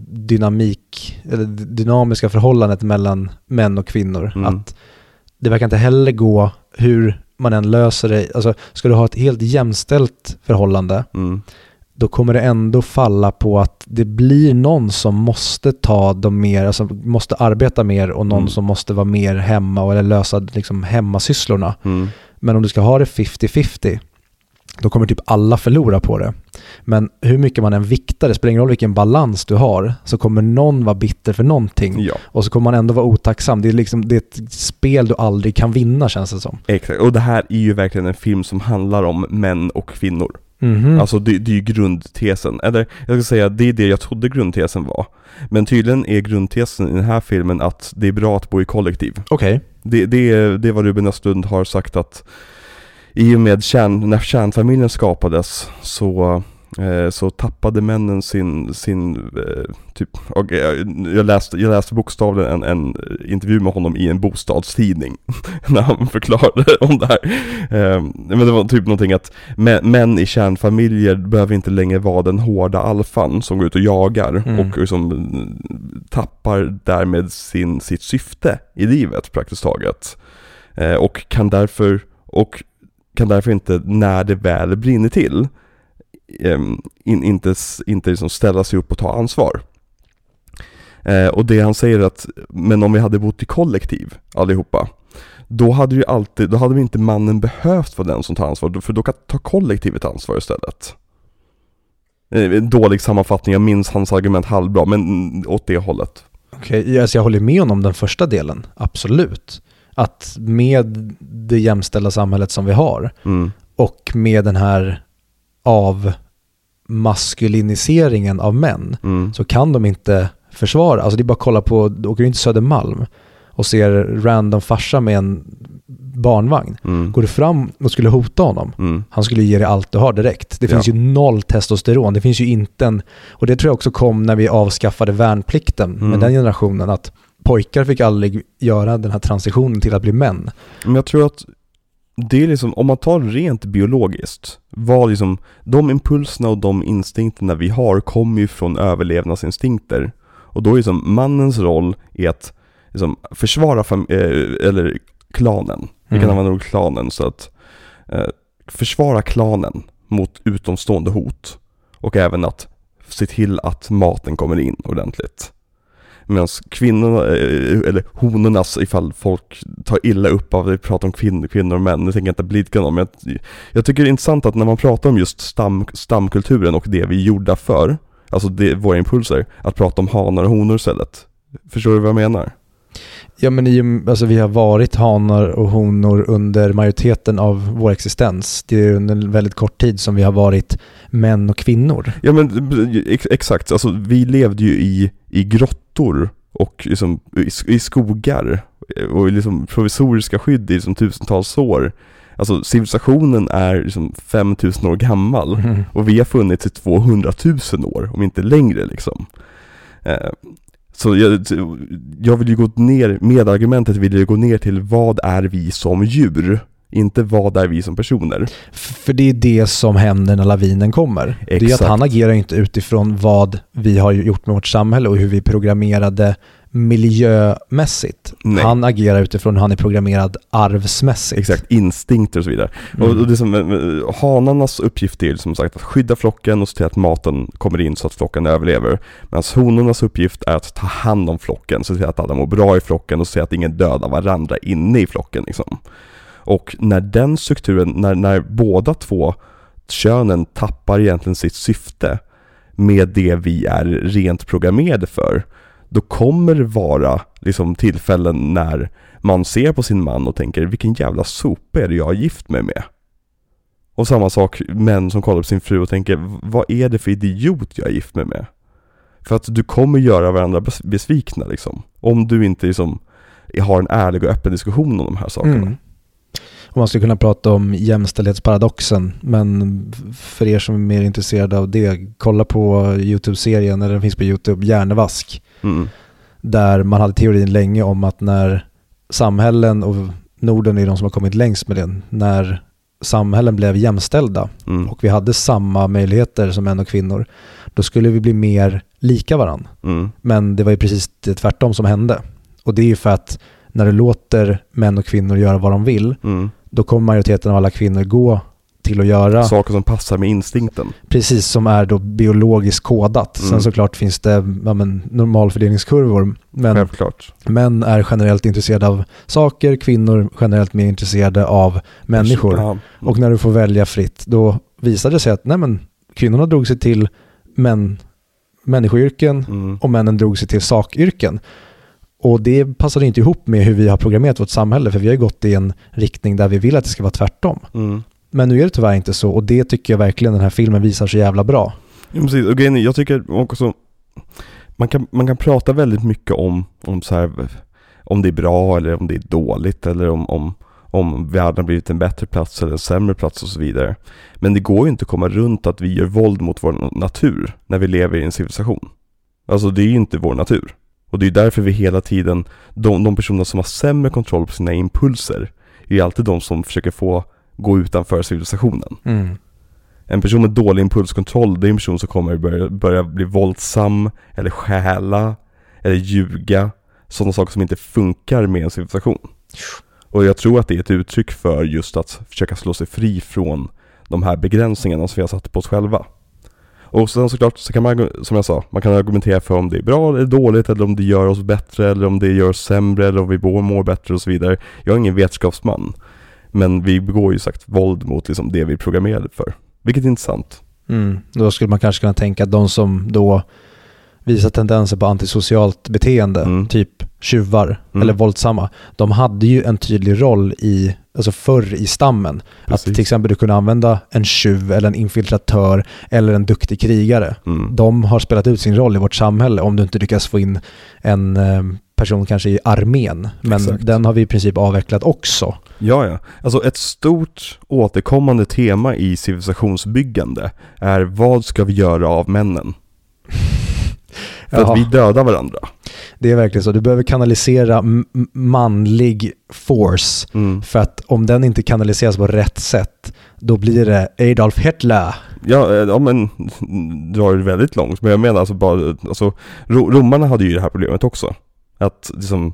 dynamiska förhållandet mellan män och kvinnor. Att det verkar inte heller gå hur man än löser det. Alltså, ska du ha ett helt jämställt förhållande, då kommer det ändå falla på att det blir någon som måste ta dem mer, alltså måste arbeta mer och någon som måste vara mer hemma eller lösa liksom hemmasysslorna. Men om du ska ha det 50-50, då kommer typ alla förlora på det. Men hur mycket man än viktar, det spelar ingen roll vilken balans du har, så kommer någon vara bitter för någonting. Ja. Och så kommer man ändå vara otacksam. Det är ett spel du aldrig kan vinna, känns det som. Exakt, och det här är ju verkligen en film som handlar om män och kvinnor. Alltså det är ju grundtesen. Eller jag ska säga, det är det jag trodde grundtesen var. Men tydligen är grundtesen i den här filmen att det är bra att bo i kollektiv. Okej. Det är vad Ruben Östlund har sagt, att i och med när kärnfamiljen skapades så tappade männen sin typ, och jag läste bokstavligen en intervju med honom i en bostadstidning när han förklarade om det här. Men det var typ någonting att män i kärnfamiljer behöver inte längre vara den hårda alfan som går ut och jagar och som tappar därmed sitt syfte i livet praktiskt taget. Och kan därför inte, när det väl brinner till, inte liksom ställa sig upp och ta ansvar. Och det han säger att, men om vi hade bott i kollektiv allihopa, då hade vi inte mannen behövt vara den som tar ansvar, för då kan ta kollektivet ansvar istället. En dålig sammanfattning, jag minns hans argument halvbra, men åt det hållet. Okej, alltså jag håller med om den första delen, absolut. Att med det jämställda samhället som vi har och med den här avmaskuliniseringen av män, så kan de inte försvara. Alltså det är bara att kolla på, åker du inte Södermalm och ser random farsa med en barnvagn, går du fram och skulle hota honom, han skulle ge dig allt du har direkt. Det finns ju noll testosteron, det finns ju inte och det tror jag också kom när vi avskaffade värnplikten med den generationen, att pojkar fick aldrig göra den här transitionen till att bli män. Men jag tror att det är liksom, om man tar rent biologiskt, vad liksom, de impulserna och de instinkterna vi har kommer ju från överlevnadsinstinkter. Och då är liksom mannens roll är att liksom försvara eller klanen. Vi kan använda klanen, så att försvara klanen mot utomstående hot och även att se till att maten kommer in ordentligt. Medan kvinnorna, eller honornas, ifall folk tar illa upp av att vi pratar om kvinnor och män, det tänker jag inte blidka någon, men jag tycker det är intressant att när man pratar om just stamkulturen och det vi är gjorda för, alltså våra impulser, att prata om hanar och honor istället. Förstår du vad jag menar? Ja, men alltså, vi har varit hanar och honor under majoriteten av vår existens. Det är under en väldigt kort tid som vi har varit män och kvinnor. Ja, men exakt. Alltså, vi levde ju i grottor och liksom, i skogar och liksom provisoriska skydd i liksom, tusentals år. Alltså civilisationen är liksom 5000 år gammal och vi har funnits i 200 000 år, om inte längre liksom. Så jag vill ju gå ner, med argumentet vill jag gå ner till vad är vi som djur, inte vad är vi som personer. För det är det som händer när lavinen kommer. Exakt. Det är att han agerar inte utifrån vad vi har gjort med vårt samhälle och hur vi är programmerade miljömässigt. Nej. Han agerar utifrån hur han är programmerad arvsmässigt. Exakt, instinkter och så vidare. Och det som, hanarnas uppgift är som sagt att skydda flocken och se till att maten kommer in så att flocken överlever. Medan honornas uppgift är att ta hand om flocken, så att alla mår bra i flocken och se att ingen dödar varandra inne i flocken liksom. Och när den strukturen, när båda två könen tappar egentligen sitt syfte med det vi är rent programmerade för, då kommer det vara liksom tillfällen när man ser på sin man och tänker, vilken jävla sopa är det jag har gift mig med? Och samma sak, män som kollar på sin fru och tänker, vad är det för idiot jag har gift mig med? För att du kommer göra varandra besvikna liksom, om du inte liksom har en ärlig och öppen diskussion om de här sakerna. Och man skulle kunna prata om jämställdhetsparadoxen, men för er som är mer intresserade av det, kolla på YouTube-serien, eller den finns på YouTube, Hjärnevask. Där man hade teorin länge om att när samhällen, och Norden är de som har kommit längst med det, när samhällen blev jämställda och vi hade samma möjligheter som män och kvinnor, då skulle vi bli mer lika varann. Men det var ju precis det tvärtom som hände. Och det är ju för att när du låter män och kvinnor göra vad de vill, då kommer majoriteten av alla kvinnor gå till att göra saker som passar med instinkten. Precis, som är då biologiskt kodat. Sen såklart finns det normalfördelningskurvor. Men självklart. Män är generellt intresserade av saker, kvinnor generellt mer intresserade av människor. Ja. Och när du får välja fritt, då visar det sig att kvinnorna drog sig till människoyrken och männen drog sig till sakyrken. Och det passar inte ihop med hur vi har programmerat vårt samhälle, för vi har ju gått i en riktning där vi vill att det ska vara tvärtom. Men nu är det tyvärr inte så, och det tycker jag verkligen den här filmen visar så jävla bra. Ja, precis. Och jag tycker också man kan prata väldigt mycket om så här, om det är bra eller om det är dåligt, eller om världen har blivit en bättre plats eller en sämre plats och så vidare. Men det går ju inte att komma runt att vi gör våld mot vår natur när vi lever i en civilisation. Alltså det är ju inte vår natur. Och det är därför vi hela tiden, de personer som har sämre kontroll på sina impulser är alltid de som försöker få gå utanför civilisationen. En person med dålig impulskontroll, det är en person som kommer börja bli våldsam eller stjäla eller ljuga, sådana saker som inte funkar med en civilisation. Och jag tror att det är ett uttryck för just att försöka slå sig fri från de här begränsningarna som vi har satt på oss själva. Och sen såklart så kan man, som jag sa, man kan argumentera för om det är bra eller dåligt, eller om det gör oss bättre, eller om det gör oss sämre, eller om vi mår bättre och så vidare. Jag är ingen vetenskapsman, men vi begår ju sagt våld mot liksom det vi är programmerade för, vilket är intressant. Då skulle man kanske kunna tänka att de som då visar tendenser på antisocialt beteende, typ tjuvar eller våldsamma, de hade ju en tydlig roll förr i stammen. Precis. Att till exempel du kunde använda en tjuv eller en infiltratör eller en duktig krigare. De har spelat ut sin roll i vårt samhälle, om du inte lyckas få in en person kanske i armén. Men den har vi i princip avvecklat också. Ja. Alltså ett stort återkommande tema i civilisationsbyggande är, vad ska vi göra av männen? För att vi dödar varandra. Det är verkligen så. Du behöver kanalisera manlig force. För att om den inte kanaliseras på rätt sätt, då blir det Adolf Hitler. Ja, men drar det väldigt långt. Men jag menar romarna hade ju det här problemet också. Att liksom,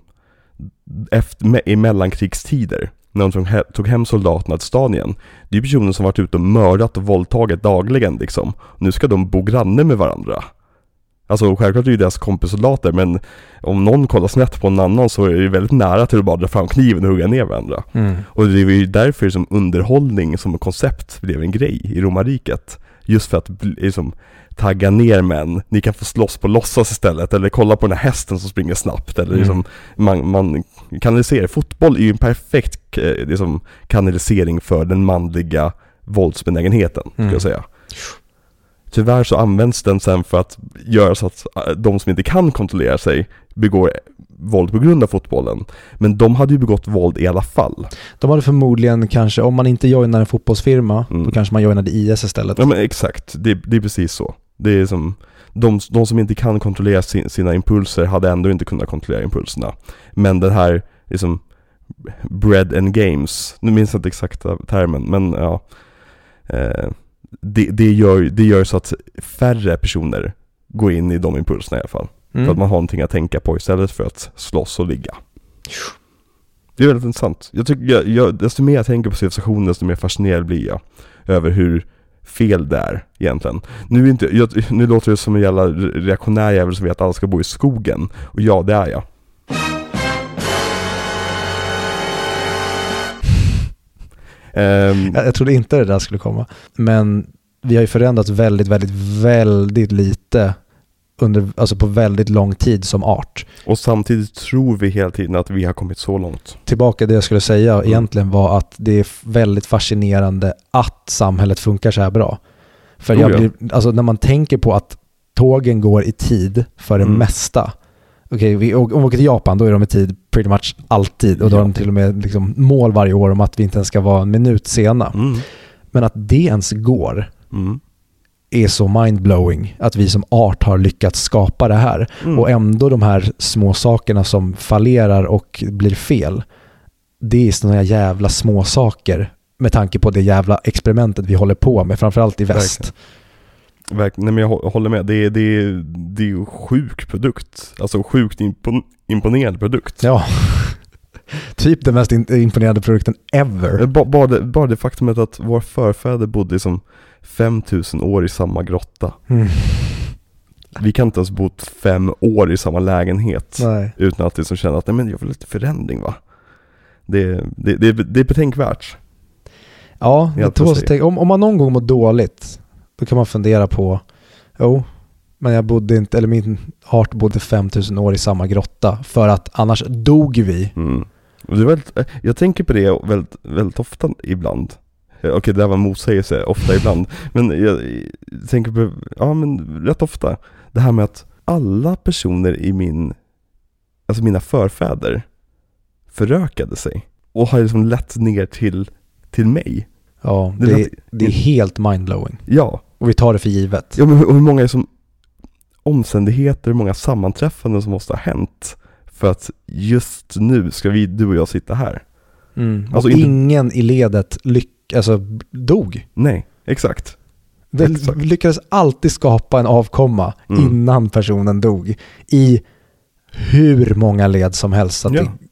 i mellankrigstider, när de tog hem soldaterna till stan igen, det är personer som varit ute och mördat och våldtagit dagligen liksom. Nu ska de bo granne med varandra. Alltså självklart är det deras kompissoldater, men om någon kollar snett på en annan så är det väldigt nära till att bara dra fram kniven och hugga ner varandra. Och det är ju därför som underhållning som koncept blev en grej i romarriket. Just för att liksom tagga ner män. Ni kan få slåss på låtsas istället, eller kolla på den här hästen som springer snabbt, eller liksom man kanaliserar. Fotboll är ju en perfekt liksom, kanalisering för den manliga våldsbenägenheten, ska jag säga. Tyvärr så används den sen för att göra så att de som inte kan kontrollera sig begår våld på grund av fotbollen. Men de hade ju begått våld i alla fall. De hade förmodligen kanske, om man inte joinar en fotbollsfirma, då kanske man joinade IS istället. Ja men exakt, det är precis så. Det är som, de som inte kan kontrollera sina impulser hade ändå inte kunnat kontrollera impulserna. Men den här liksom bread and games, nu minns jag inte exakta termen, men ja, det gör så att färre personer går in i de impulserna i alla fall. För att man har någonting att tänka på istället för att slåss och ligga. Det är väldigt intressant. Jag tycker, desto mer jag tänker på civilisationen, desto mer fascinerad blir jag över hur fel det är egentligen. Nu låter det som en jävla reaktionär jävel som vet att alla ska bo i skogen. Och ja, det är jag. Jag trodde inte det där skulle komma. Men vi har ju förändrats väldigt, väldigt, väldigt lite alltså på väldigt lång tid som art. Och samtidigt tror vi hela tiden att vi har kommit så långt. Tillbaka det jag skulle säga egentligen var att det är väldigt fascinerande att samhället funkar så här bra. För alltså när man tänker på att tågen går i tid för det mesta. Okej, om vi åker till Japan, då är de i tid pretty much alltid. Och då har de till och med liksom mål varje år om att vi inte ens ska vara en minut sena. Men att det ens går är så mindblowing. Att vi som art har lyckats skapa det här. Och ändå de här små sakerna som fallerar och blir fel. Det är sådana jävla små saker med tanke på det jävla experimentet vi håller på med, framförallt i väst. Verkligen. Nej, men jag håller med. Det är ju sjuk produkt. Alltså sjukt imponerande produkt. Ja. Typ den mest imponerande produkten ever. Bara det faktumet att våra förfäder bodde som 5000 år i samma grotta. Vi kan inte ens bo 5 år i samma lägenhet. Nej. Utan att det som känner att nej, men jag vill lite förändring, va? Det är betänkvärt. Ja, om man någon gång mår dåligt, då kan man fundera på men jag bodde inte, eller min art bodde 5000 år i samma grotta, för att annars dog vi. Och det är jag tänker på det väldigt, väldigt ofta ibland. Okej, det där var motsägelse, ofta ibland. Men jag tänker på, men rätt ofta, det här med att alla personer i mina förfäder förökade sig och har liksom lett ner till mig. Ja, det är helt mindblowing. Ja. Och vi tar det för givet. Ja, men hur många omständigheter, hur många sammanträffanden som måste ha hänt för att just nu ska du och jag sitta här. Alltså ingen i ledet dog. Nej, exakt. Det lyckades alltid skapa en avkomma innan personen dog i hur många led som helst.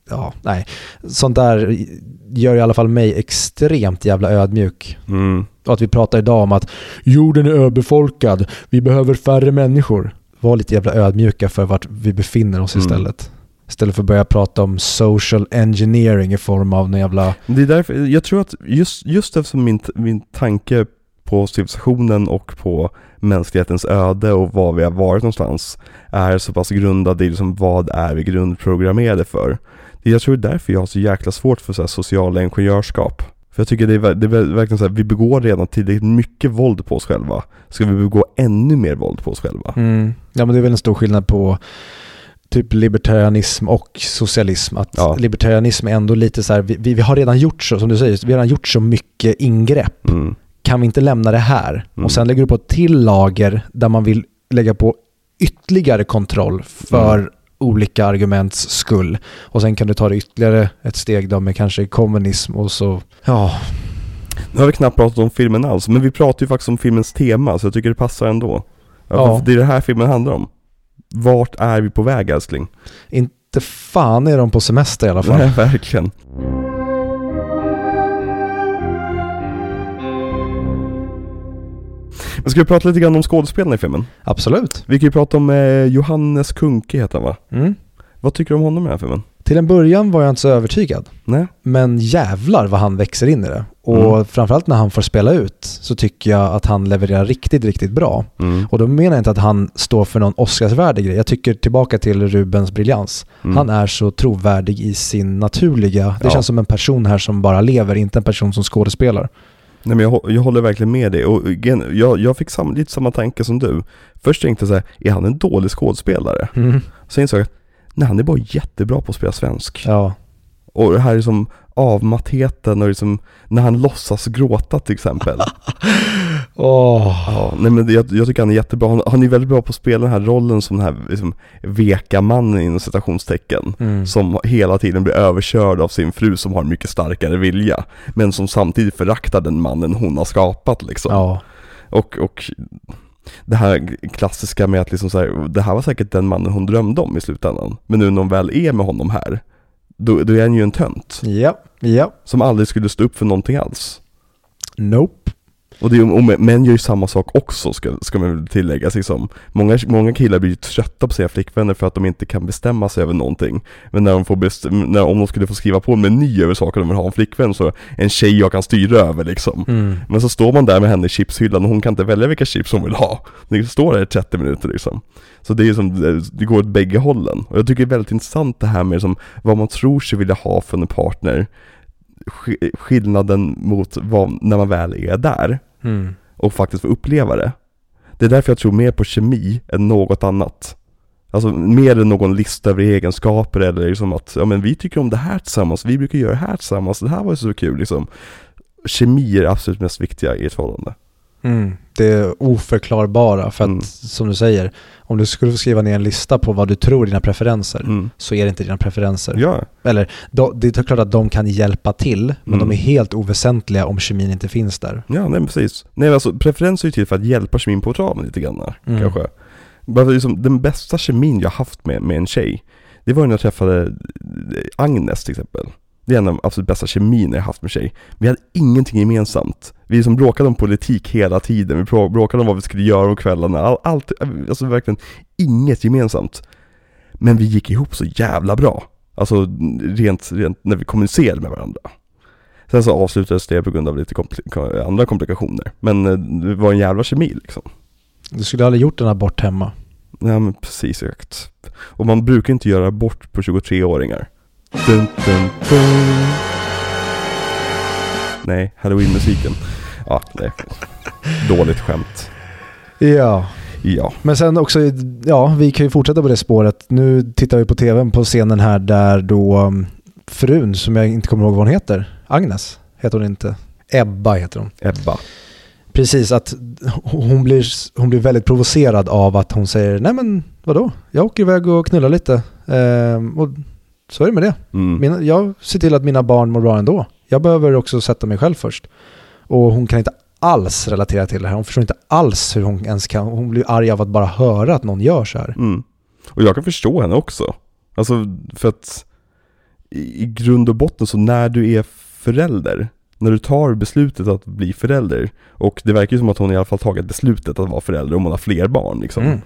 Sånt där gör i alla fall mig extremt jävla ödmjuk. Och att vi pratar idag om att jorden är överbefolkad, vi behöver färre människor. Var lite jävla ödmjuka för vart vi befinner oss istället. Istället för att börja prata om social engineering i form av en jävla... Det är därför, jag tror att just eftersom min tanke på civilisationen och på mänsklighetens öde och vad vi har varit någonstans är så pass grundad i liksom vad är vi grundprogrammerade för. Jag tror det är därför jag har så jäkla svårt för så här sociala ingenjörskap. För jag tycker det är verkligen så här, vi begår redan tillräckligt mycket våld på oss själva. Ska vi begå ännu mer våld på oss själva? Ja, men det är väl en stor skillnad på typ libertarianism och socialism. Att libertarianism är ändå lite så här, vi har redan gjort så, som du säger, vi har redan gjort så mycket ingrepp. Kan vi inte lämna det här? Och sen lägger du på ett till lager där man vill lägga på ytterligare kontroll för olika arguments skull. Och sen kan du ta det ytterligare ett steg då med kanske kommunism och så. Ja. Nu har vi knappt pratat om filmen alls, men vi pratar ju faktiskt om filmens tema, så jag tycker det passar ändå. Ja. Det är det här filmen handlar om. Vart är vi på väg, älskling? Inte fan är de på semester i alla fall. Nej, verkligen. Men ska vi prata lite grann om skådespelarna i filmen? Absolut. Vi kan ju prata om Johannes Kuhnke heter han, va? Vad tycker du om honom i den här filmen? Till en början var jag inte så övertygad. Nej. Men jävlar vad han växer in i det. Och framförallt när han får spela ut så tycker jag att han levererar riktigt, riktigt bra. Och då menar jag inte att han står för någon Oscarsvärdig grej. Jag tycker tillbaka till Rubens briljans. Han är så trovärdig i sin naturliga... Det känns som en person här som bara lever, inte en person som skådespelar. Nej, men jag håller verkligen med dig. Och jag fick lite samma tanke som du. Först tänkte jag så här, är han en dålig skådespelare? Så insåg jag, nej, han är bara jättebra på att spela svensk. Ja. Och det här är som avmattheten och liksom, när han låtsas gråta till exempel. Ja, nej, men jag tycker han är jättebra. Han är väldigt bra på att spela den här rollen som den här liksom, veka mannen inom citationstecken. Som hela tiden blir överkörd av sin fru som har mycket starkare vilja. Men som samtidigt föraktar den mannen hon har skapat liksom. Ja. Och det här klassiska med att liksom så här, det här var säkert den mannen hon drömde om i slutändan. Men nu när hon väl är med honom här, då är han ju en tönt. Ja. Som aldrig skulle stå upp för någonting alls. Nope. Och män gör ju samma sak också, ska man tillägga. Liksom. Många killar blir ju trötta på sina flickvänner för att de inte kan bestämma sig över någonting. Men om de skulle få skriva på en meny över saker de vill ha en flickvän, så en tjej jag kan styra över liksom. Men så står man där med henne i chipshyllan och hon kan inte välja vilka chips hon vill ha. Det står där i 30 minuter liksom. Så det är som, det går åt bägge hållen. Och jag tycker det är väldigt intressant det här med liksom, vad man tror sig vilja ha för en partner. Skillnaden mot när man väl är där och faktiskt får uppleva det. Det är därför jag tror mer på kemi än något annat. Alltså mer än någon lista över egenskaper eller liksom att ja, men vi tycker om det här tillsammans, vi brukar göra det här tillsammans, det här var så kul liksom. Kemi är absolut mest viktiga i ett förhållande. Det är oförklarbara för att som du säger, om du skulle få skriva ner en lista på vad du tror dina preferenser så är det inte dina preferenser. Ja. Eller det är klart att de kan hjälpa till, men de är helt oväsentliga om kemin inte finns där. Ja, nej precis. Nej, alltså preferenser är ju till för att hjälpa kemin på traven lite grann kanske. Bara liksom, den bästa kemin jag haft med en tjej, det var när jag träffade Agnes till exempel. Det är en av de absolut bästa kemin jag haft med tjej. Vi hade ingenting gemensamt. Vi som bråkade om politik hela tiden. Vi bråkade om vad vi skulle göra om kvällarna. Allt, alltså verkligen inget gemensamt. Men vi gick ihop så jävla bra. Alltså rent när vi kommunicerade med varandra. Sen så avslutades det på grund av lite andra komplikationer. Men det var en jävla kemi liksom. Du skulle aldrig gjort en abort hemma. Ja, men precis, exakt. Och man brukar inte göra abort på 23-åringar. Dun, dun, dun. Nej, Halloween-musiken. Ja, nej. Dåligt skämt. Ja. Men sen också, vi kan ju fortsätta på det spåret. Nu tittar vi på tvn på scenen här där då frun, som jag inte kommer ihåg vad hon heter. Agnes heter hon inte. Ebba heter hon. Ebba. Precis, att hon blir väldigt provocerad av att hon säger, nej men vadå? Jag åker iväg och knullar lite. Och så är det med det. Jag ser till att mina barn mår bra ändå. Jag behöver också sätta mig själv först. Och hon kan inte alls relatera till det här. Hon förstår inte alls hur hon ens kan. Hon blir arg av att bara höra att någon gör så här. Och jag kan förstå henne också. Alltså för att i grund och botten så när du är förälder, när du tar beslutet att bli förälder, och det verkar ju som att hon i alla fall tagit beslutet att vara förälder om hon har fler barn liksom.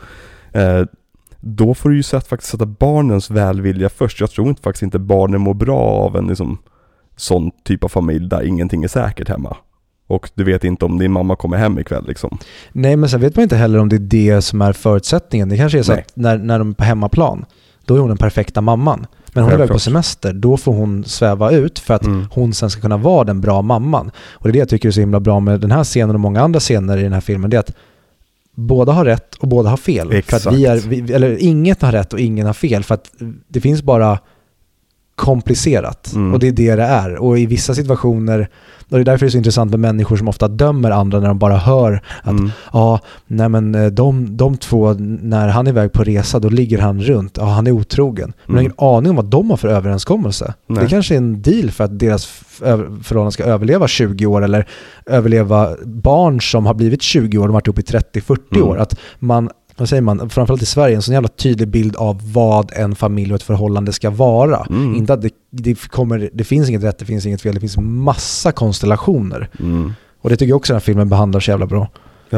Då får du ju faktiskt sätta barnens välvilja först. Jag tror faktiskt inte barnen mår bra av en liksom, sån typ av familj där ingenting är säkert hemma. Och du vet inte om din mamma kommer hem ikväll liksom. Nej, men sen vet man inte heller om det är det som är förutsättningen. Det kanske är så att när de är på hemmaplan, då är hon den perfekta mamman. Men hon är väl på semester, då får hon sväva ut för att hon sen ska kunna vara den bra mamman. Och det är det jag tycker är så himla bra med den här scenen och många andra scener i den här filmen. Det är att båda har rätt och båda har fel. Exakt. För att eller inget har rätt och ingen har fel. För att det finns bara komplicerat. Och det är det är. Och i vissa situationer, och det är därför det är så intressant med människor som ofta dömer andra när de bara hör att de två, när han är iväg på resa, då ligger han runt. Ja, han är otrogen. Men jag har ingen aning om vad de har för överenskommelse. Nej. Det kanske är en deal för att deras förhållanden ska överleva 20 år eller överleva barn som har blivit 20 år, de har varit uppe i 30-40 år. Att man, vad säger man, framförallt i Sverige, en sån jävla tydlig bild av vad en familj och ett förhållande ska vara. Inte att det finns inget rätt, det finns inget fel, det finns massa konstellationer. Och det tycker jag också den här filmen behandlar så jävla bra. Ja,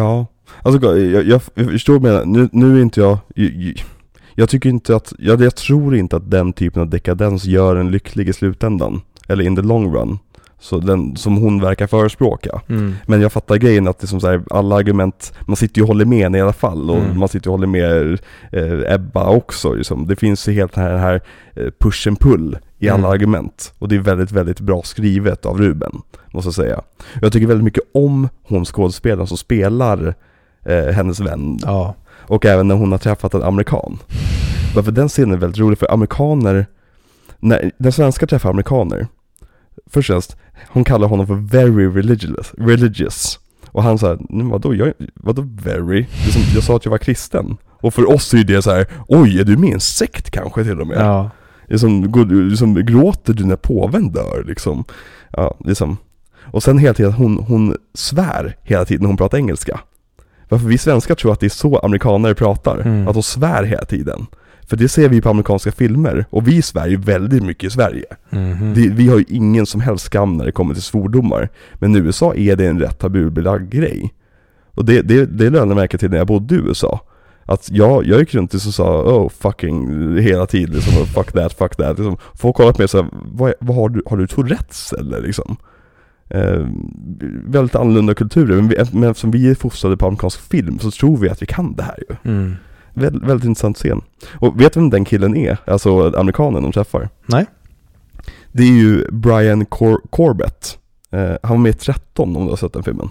Alltså jag förstår med nu är inte jag tycker inte att jag tror inte att den typen av dekadens gör en lycklig i slutändan eller in the long run. Så den som hon verkar förespråka. Men jag fattar grejen att det som så här, alla argument, man sitter ju och håller med i alla fall och man sitter och håller med Ebba också liksom. Det finns ju helt den här push and pull i alla argument och det är väldigt, väldigt bra skrivet av Ruben, måste jag säga. Jag tycker väldigt mycket om hon skådespelaren som spelar hennes vän. Ja. Och även när hon har träffat en amerikan. För den scenen är väldigt rolig, för amerikaner, när svenskar träffar amerikaner, först hon kallar honom för very religious. Och han sa, vadå very? Jag sa att jag var kristen. Och för oss är det så här, oj, är du med i en sekt kanske till och med? Ja. Gråter du när påven dör liksom? Ja, liksom. Och sen hela tiden, hon svär hela tiden när hon pratar engelska. Varför vi svenskar tror att det är så amerikaner pratar, att de svär hela tiden. För det ser vi på amerikanska filmer. Och vi svär ju väldigt mycket i Sverige. Vi har ju ingen som helst skam när det kommer till svordomar. Men i USA är det en rätt tabubelagd grej. Och det lönar jag märka till när jag bodde i USA. Att jag gick runt och sa fucking hela tiden liksom, fuck that liksom. Folk kollar på mig så här, vad har du Tourettes eller liksom? Väldigt annorlunda kulturer, men eftersom vi är fostrade på amerikansk film så tror vi att vi kan det här ju. Väldigt intressant scen. Och vet du vem den killen är? Alltså amerikanen de träffar? Nej. Det är ju Brian Corbett. Han var med i 13 om du har sett den filmen.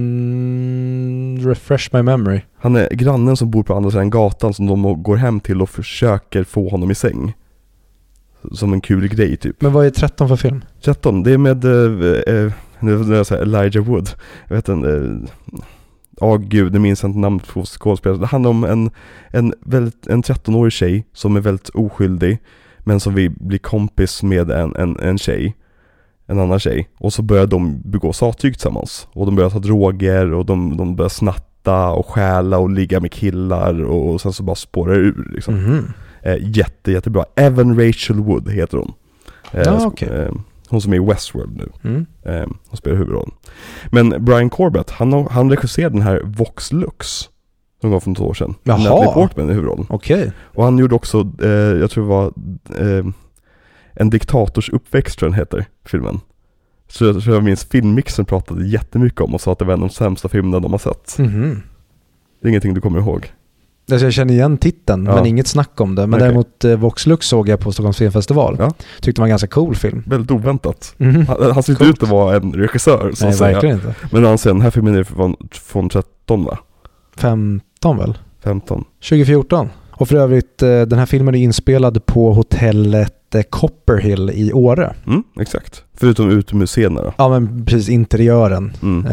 Refresh my memory. Han är grannen som bor på andra sidan gatan som de går hem till och försöker få honom i säng. Som en kul grej typ. Men vad är 13 för film? 13, det är med Elijah Wood. Jag vet inte. Gud, det minns inte namnet på skådespelare. Det handlar om en 13-årig tjej som är väldigt oskyldig, men som vill bli kompis med en annan tjej. Och så börjar de begå sattyg tillsammans. Och de börjar ta droger och de börjar snatta och stjäla och ligga med killar och sen så bara spårar ur liksom. Jättebra. Evan Rachel Wood heter hon. Okay. Hon som är i Westworld nu. Hon spelar huvudrollen. Men Brian Corbett, han regisserade den här Vox Lux som var för 2 år sedan. Natalie Portman i huvudrollen. Okay. Och han gjorde också, jag tror det var En diktators uppväxt, tror jag den heter, filmen. Så jag minns filmmixen pratade jättemycket om och sa att det var en av de sämsta filmerna de har sett. Det är ingenting du kommer ihåg. Jag känner igen titeln, men inget snack om det. Men däremot Vox Lux såg jag på Stockholms filmfestival. Tyckte det var en ganska cool film. Väldigt oväntat. Han ser inte ut att vara en regissör. Så nej, verkligen inte. Men han säger, den här filmen är från 13 va? 15 väl? 15. 2014. Och för övrigt, den här filmen är inspelad på hotellet Copperhill i Åre. Exakt. Förutom utomhusscener då. Ja, men precis, interiören.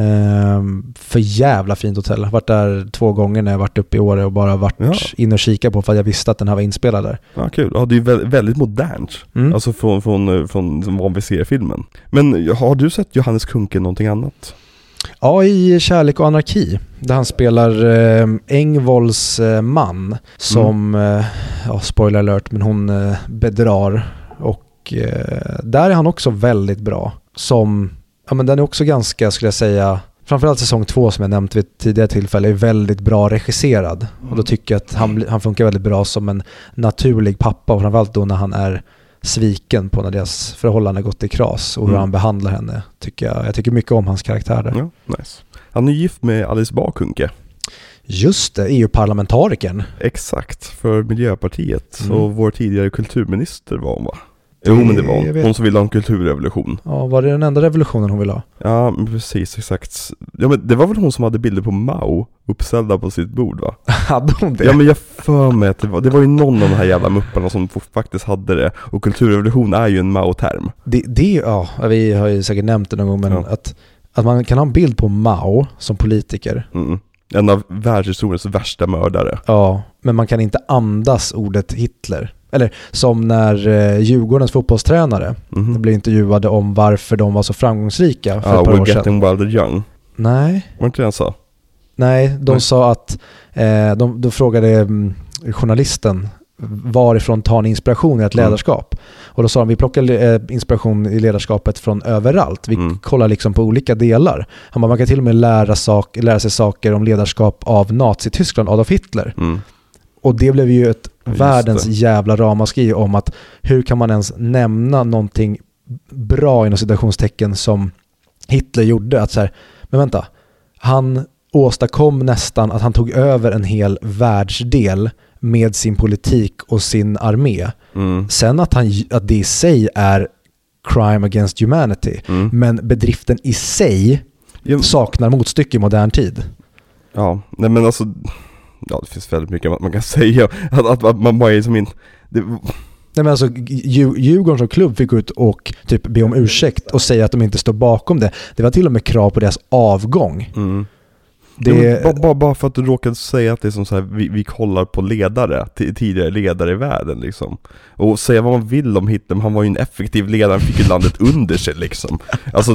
För jävla fint hotell. Jag har varit där 2 gånger när jag varit uppe i Åre och bara varit in och kika på för att jag visste att den här var inspelad där. Ja, kul. Ja, det är väldigt modernt. Alltså från vad vi ser i filmen. Men har du sett Johannes Kuhnke någonting annat? Ja, i Kärlek och anarki. Där han spelar Engvolls man som, spoiler alert, men hon bedrar. Och där är han också väldigt bra. Men den är också ganska, skulle jag säga, framförallt säsong 2 som jag nämnt vid tidigare tillfälle, är väldigt bra regisserad. Och då tycker jag att han funkar väldigt bra som en naturlig pappa. Och framförallt då när han är sviken på när deras förhållande gått i kras och hur han behandlar henne. Jag tycker mycket om hans karaktär där. Ja, nice. Han är gift med Alice Bah Kuhnke. Just det, EU-parlamentarikern. Exakt, för Miljöpartiet. Och vår tidigare kulturminister var hon, va? Jo, men det var hon som ville ha en kulturrevolution. Ja, var det den enda revolutionen hon ville ha? Ja, precis, exakt. Ja, men det var väl hon som hade bilder på Mao uppställda på sitt bord, va? Hade hon det? Ja, men jag för mig att det var ju någon av de här jävla mupparna som faktiskt hade det. Och kulturrevolution är ju en Mao-term. Vi har ju säkert nämnt det någon gång, men att man kan ha en bild på Mao som politiker. En av världshistoriens värsta mördare. Ja, men man kan inte andas ordet Hitler. Eller som när Djurgårdens fotbollstränare blev intervjuade om varför de var så framgångsrika för ett par år sedan. Getting Wilder Young. Nej. Var inte det han sa? Nej, de sa att då frågade journalisten varifrån tar ni inspiration i ett ledarskap? Och då sa de, vi plockar inspiration i ledarskapet från överallt. Vi kollar liksom på olika delar. Han bara, man kan till och med lära sig saker om ledarskap av Nazi-Tyskland, Adolf Hitler. Och det blev ju ett världens jävla ramaskri om att hur kan man ens nämna någonting bra inom citationstecken som Hitler gjorde. Att så här, men vänta, han åstadkom nästan att han tog över en hel världsdel med sin politik och sin armé. Sen att det i sig är crime against humanity. Men bedriften i sig saknar motstycke i modern tid. Ja, nej men alltså, ja, det finns väldigt mycket man kan säga. Att man bara är som in... Nej, men alltså, Djurgården som klubb fick gå ut och typ be om ursäkt och säga att de inte står bakom det. Det var till och med krav på deras avgång. Bara för att du råkade säga att det är som så här, vi kollar på ledare, tidigare ledare i världen liksom. Och säga vad man vill om Hitler, han var ju en effektiv ledare, han fick ju landet under sig liksom. Alltså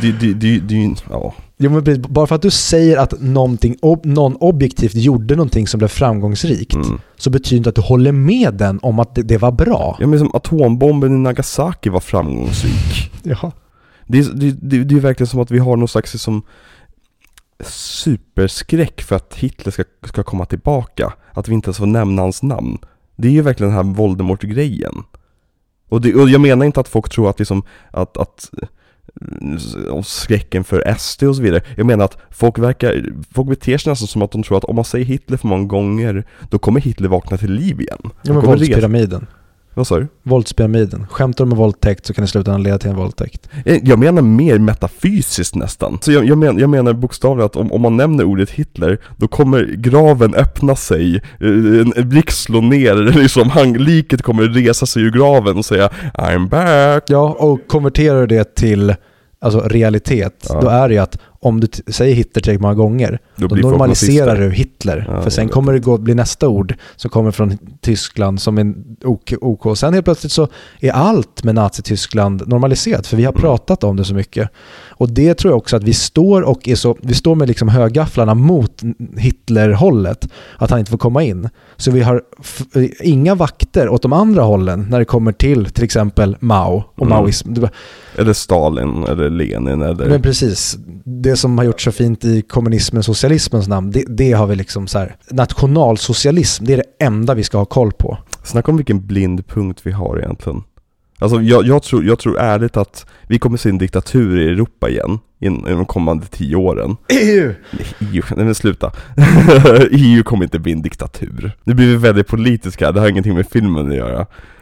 ja. Jo, men bara för att du säger att någon objektivt gjorde någonting som blev framgångsrikt, så betyder inte att du håller med den om att det var bra. Ja, men som atombomben i Nagasaki var framgångsrik. Ja. Det är verkligen som att vi har någon slags som superskräck för att Hitler ska komma tillbaka. Att vi inte ens får nämna hans namn. Det är ju verkligen den här Voldemort-grejen. Och jag menar inte att folk tror att liksom att skräcken för SD och så vidare. Jag menar att folk beter sig nästan som att de tror att om man säger Hitler för många gånger, då kommer Hitler vakna till liv igen. Ja, men våldspyramiden. Vad sa du? Våldspyramiden. Skämtar de med våldtäkt så kan det slutändan leda till en våldtäkt. Jag menar mer metafysiskt nästan. Så jag menar bokstavligen att om man nämner ordet Hitler, då kommer graven öppna sig, en blixt slå ner, liksom, liket kommer resa sig ur graven och säga I'm back. Ja, och konverterar det till alltså realitet, då är det ju att om du säger Hitler tillräckligt många gånger, då normaliserar du Hitler. Ja, för sen kommer det bli nästa ord som kommer från Tyskland som en OK. Sen helt plötsligt så är allt med Nazi-Tyskland normaliserat, för vi har pratat om det så mycket. Och det tror jag också att vi står med liksom högafflarna mot Hitler-hållet, att han inte får komma in. Så vi har inga vakter åt de andra hållen när det kommer till exempel Mao och maoism. Eller Stalin eller Lenin eller... Men precis, det som har gjort så fint i kommunismen, socialismens namn, det har vi liksom så här, nationalsocialism, det är det enda vi ska ha koll på. Snacka om vilken blind punkt vi har egentligen. Alltså jag tror ärligt att vi kommer se en diktatur i Europa igen i de kommande 10 åren. EU! Nej men sluta. EU kommer inte bli en diktatur. Nu blir vi väldigt politiska, det har ingenting med filmen att göra.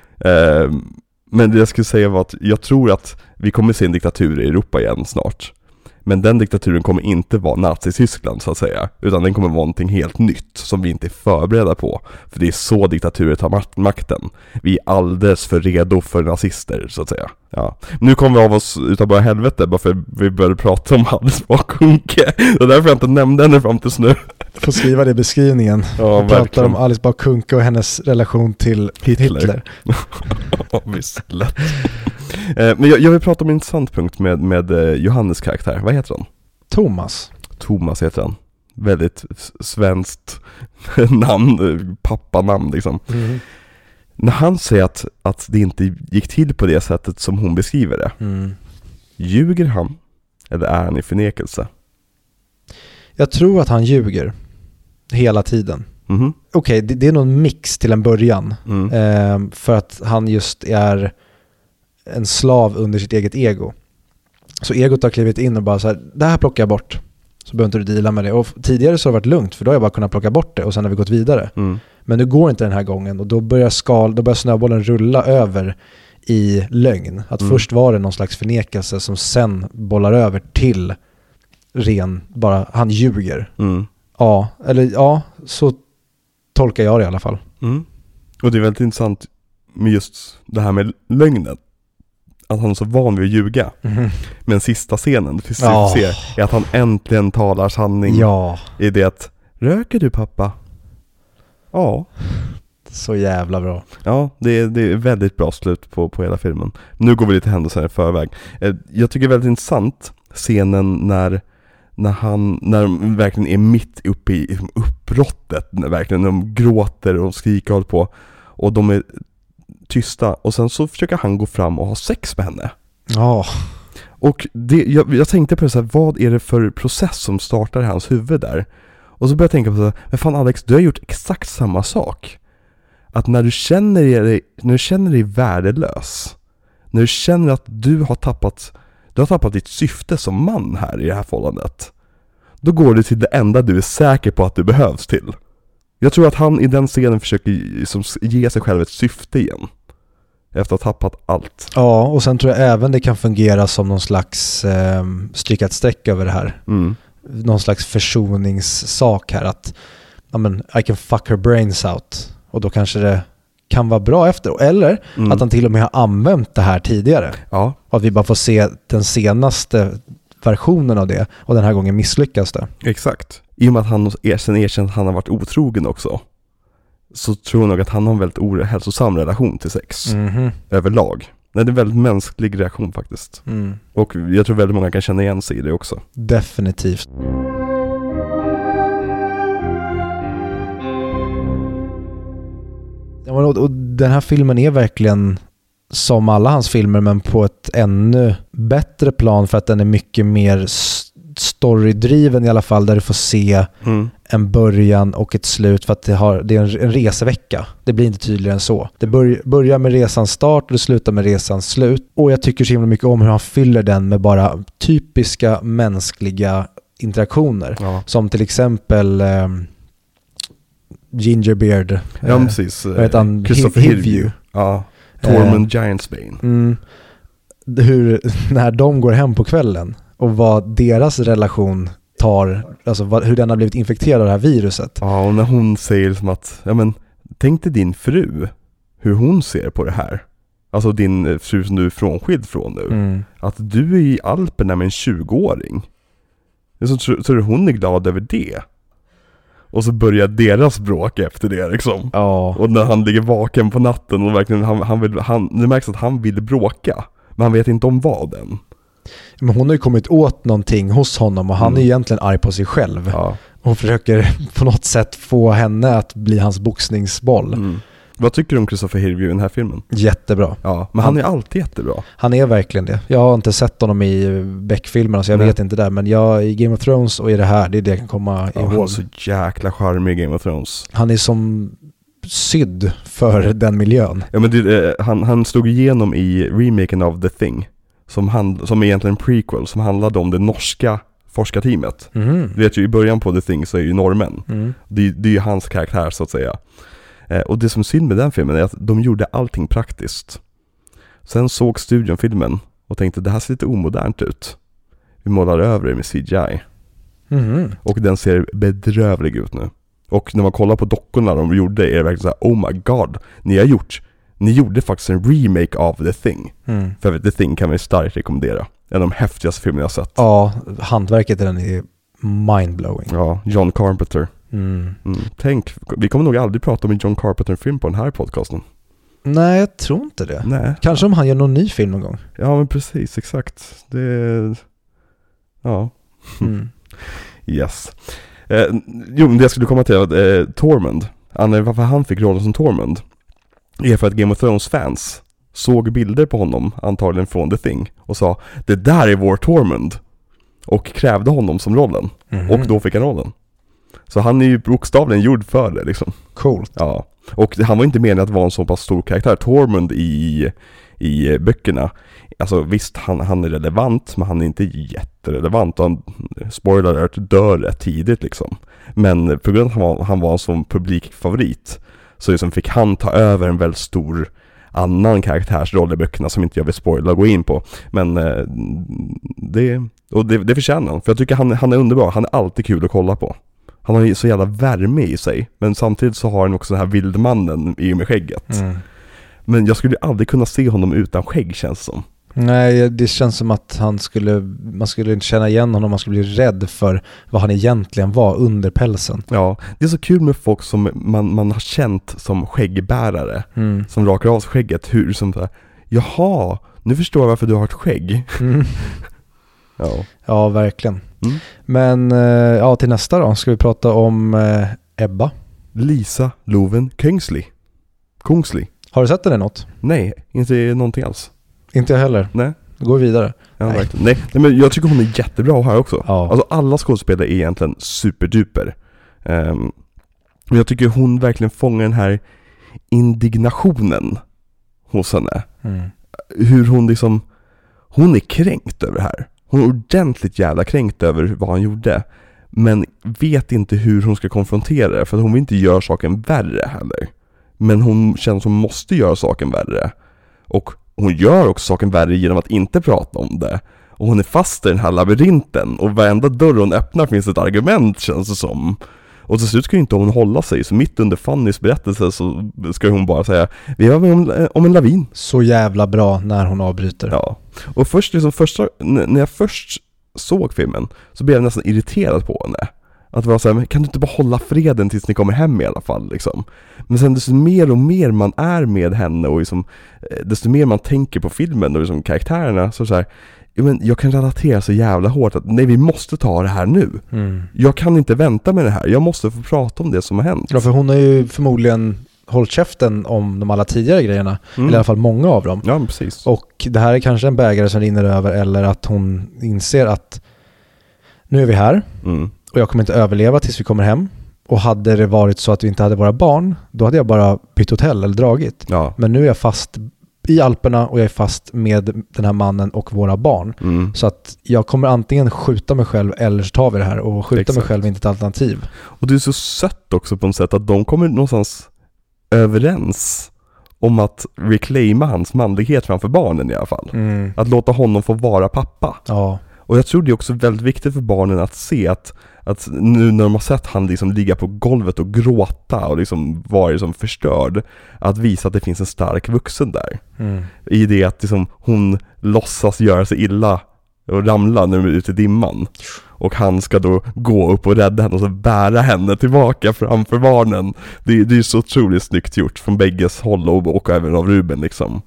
Men det jag skulle säga var att jag tror att vi kommer se en diktatur i Europa igen snart. Men den diktaturen kommer inte vara Nazi-Tyskland så att säga, utan den kommer vara någonting helt nytt som vi inte är förberedda på. För det är så diktaturer tar makten. Vi är alldeles för redo för nazister så att säga. Ja. Nu kommer vi av oss utav bara helvete bara för vi började prata om Alice Bah Kuhnke. Det är därför jag inte nämnde henne fram tills nu. Får skriva det i beskrivningen. Ja, vi pratar om Alice Bah Kuhnke och hennes relation till Hitler. Ja, visst, lätt. Men jag vill prata om en intressant punkt med Johannes karaktär. Vad heter han? Thomas heter han. Väldigt svenskt namn, pappanamn liksom. När han säger att det inte gick till på det sättet som hon beskriver det. Ljuger han? Eller är han i förnekelse? Jag tror att han ljuger hela tiden. Okej, det är någon mix till en början. För att han just är en slav under sitt eget ego. Så egot har klivit in och bara så här, det här plockar jag bort. Så behöver inte du deala med det. Och tidigare så har det varit lugnt, för då har jag bara kunnat plocka bort det och sen har vi gått vidare. Men det går inte den här gången och då börjar snöbollen rulla över i lögn. Att först var det någon slags förnekelse som sen bollar över till bara han ljuger. Ja, så tolkar jag det i alla fall. Och det är väldigt intressant med just det här med lögnen. Att han är så van vid att ljuga. Men sista scenen vi ser är att han äntligen talar sanning. I det att, röker du pappa? Ja. Så jävla bra. Ja, det är väldigt bra slut på hela filmen. Nu går vi lite händelser i förväg. Jag tycker det är väldigt intressant scenen när de verkligen är mitt uppe i uppbrottet, när de gråter och skriker och håller på. och de är tysta och sen så försöker han gå fram och ha sex med henne. Ja. Och jag tänkte på det så här, vad är det för process som startar i hans huvud där? Och så började jag tänka på så här, men fan Alex, du har gjort exakt samma sak. Att när du känner dig värdelös, när du känner att du har tappat ditt syfte som man här i det här förhållandet, då går du till det enda du är säker på att du behövs till. Jag tror att han i den scenen försöker liksom ge sig själv ett syfte igen. Efter att ha tappat allt. Ja, och sen tror jag även det kan fungera som någon slags stryka ett streck över det här. Någon slags försoningssak här. Att I can fuck her brains out. Och då kanske det kan vara bra efter. Eller att han till och med har använt det här tidigare. Ja. Och att vi bara får se den senaste versionen av det. Och den här gången misslyckas det. Exakt. I och med att han erkänt att han har varit otrogen också. Så tror jag nog att han har en väldigt ohälsosam relation till sex. Överlag. Det är en väldigt mänsklig reaktion faktiskt. Och jag tror väldigt många kan känna igen sig i det också. Definitivt. Och den här filmen är verkligen som alla hans filmer, men på ett ännu bättre plan för att den är mycket mer storydriven i alla fall, där du får se en början och ett slut, för att det är en resevecka. Det blir inte tydligare än så. Det börjar med resans start och det slutar med resans slut. Och jag tycker så himla mycket om hur han fyller den med bara typiska mänskliga interaktioner. Ja. Som till exempel Gingerbeard. Ja, precis. Christopher Hivju. Ja, Tormund Giantsbane. När de går hem på kvällen och vad deras relation alltså hur den har blivit infekterad av det här viruset. Ja, och när hon säger som att, tänk dig din fru, hur hon ser på det här. Alltså din fru som du är frånskild från nu. Att du är i Alperna med en 20-åring. Så tror hon är glad över det. Och så börjar deras bråk efter det liksom. Ja. Och när han ligger vaken på natten och verkligen det märks att han vill bråka. Men han vet inte om vad än. Men hon har ju kommit åt någonting hos honom och han är egentligen arg på sig själv. Ja. Och försöker på något sätt få henne att bli hans boxningsboll. Vad tycker du om Christopher Hivju i den här filmen? Jättebra. Ja, men han är alltid jättebra. Han är verkligen det. Jag har inte sett honom i Beck-filmerna så jag vet inte där. Men i Game of Thrones och i det här, det är det jag kan komma ihåg. Han är så jäkla charmig i Game of Thrones. Han är som sydd för den miljön. Ja, men han slog igenom i remaken av The Thing. Som är egentligen en prequel som handlade om det norska forskarteamet. Du vet ju, i början på The Thing så är ju norrmän. Det är ju hans karaktär så att säga. Och det som är synd med den filmen är att de gjorde allting praktiskt. Sen såg studion filmen och tänkte det här ser lite omodernt ut. Vi målar över det med CGI. Och den ser bedrövlig ut nu. Och när man kollar på dockorna de gjorde är det verkligen så här, oh my god, ni gjorde faktiskt en remake av The Thing. För The Thing kan vi starkt rekommendera. En av de häftigaste filmerna jag har sett. Ja, hantverket i den är mindblowing. Ja, John Carpenter. Tänk, vi kommer nog aldrig prata om en John Carpenter-film på den här podcasten. Nej, jag tror inte det. Nej. Kanske om han gör någon ny film någon gång. Ja, men precis, exakt. Ja. Yes. Det jag skulle komma till att Tormund, varför han fick rollen som Tormund är för att Game of Thrones fans såg bilder på honom, antagligen från The Thing, och sa, det där är vår Tormund, och krävde honom som rollen. Och då fick han rollen. Så han är ju bokstavligen gjord för det liksom. Coolt. Ja. Och han var inte meningen att vara en så pass stor karaktär. Tormund i böckerna, alltså visst han är relevant, men han är inte jätterelevant. Och han, spoiler alert, dör rätt tidigt liksom. Men på grund av att han var en sån publikfavorit så liksom fick han ta över en väldigt stor annan karaktärsroll i böckerna som inte jag vill spoila och gå in på. Men det förtjänar han. För jag tycker han är underbar. Han är alltid kul att kolla på. Han har ju så jävla värme i sig. Men samtidigt så har han också den här vildmannen i med skägget. Men jag skulle aldrig kunna se honom utan skägg, känns som. Nej, det känns som att man skulle inte känna igen honom. Man skulle bli rädd för vad han egentligen var under pälsen. Ja, det är så kul med folk som man har känt som skäggbärare. Som rakar av skägget. Som så här, jaha, nu förstår jag varför du har ett skägg. Ja, verkligen. Men till nästa då ska vi prata om Ebba. Lisa Loven Kingsley. Kingsley. Har du sett den i något? Nej, inte någonting alls. Inte jag heller. Nej. Då går vi vidare. Ja, nej, men jag tycker hon är jättebra här också. Ja. Alltså alla skådespelare är egentligen superduper. Men jag tycker hon verkligen fångar den här indignationen hos henne. Hur hon liksom, hon är kränkt över det här. Hon är ordentligt jävla kränkt över vad han gjorde. Men vet inte hur hon ska konfrontera det. För att hon vill inte göra saken värre heller. Men hon känner som hon måste göra saken värre. Och hon gör också saken värre genom att inte prata om det. Och hon är fast i den här labyrinten. Och varenda dörr hon öppnar finns ett argument, känns det som. Och till slut ska ju inte hon hålla sig. Så mitt under Fannys berättelse så ska hon bara säga: vi har om en lavin. Så jävla bra när hon avbryter. Ja. Och först liksom när jag först såg filmen så blev jag nästan irriterad på henne. Att det var så här, kan du inte bara hålla freden tills ni kommer hem i alla fall liksom. Men sen desto mer och mer man är med henne och liksom, desto mer man tänker på filmen och liksom karaktärerna, så här, men jag kan relatera så jävla hårt att nej, vi måste ta det här nu. Jag kan inte vänta med det här. Jag måste få prata om det som har hänt. Ja, för hon har ju förmodligen hållit käften om de alla tidigare grejerna. Eller i alla fall många av dem. Ja, precis. Och det här är kanske en bägare som rinner över, eller att hon inser att nu är vi här. Och jag kommer inte överleva tills vi kommer hem. Och hade det varit så att vi inte hade våra barn, då hade jag bara bytt hotell eller dragit. Ja. Men nu är jag fast i Alperna och jag är fast med den här mannen och våra barn. Så att jag kommer antingen skjuta mig själv eller så tar vi det här. Och skjuta mig själv är inte ett alternativ. Och det är så sött också på något sätt att de kommer någonstans överens om att reclaima hans manlighet framför barnen i alla fall. Att låta honom få vara pappa. Ja. Och jag tror det är också väldigt viktigt för barnen att se att nu när de har sett han liksom ligga på golvet och gråta och liksom vara liksom förstörd, att visa att det finns en stark vuxen där. I det att liksom hon låtsas göra sig illa och ramla när de är ute i dimman. Och han ska då gå upp och rädda henne och så bära henne tillbaka framför barnen. Det är så otroligt snyggt gjort från bägges håll och även av Ruben liksom.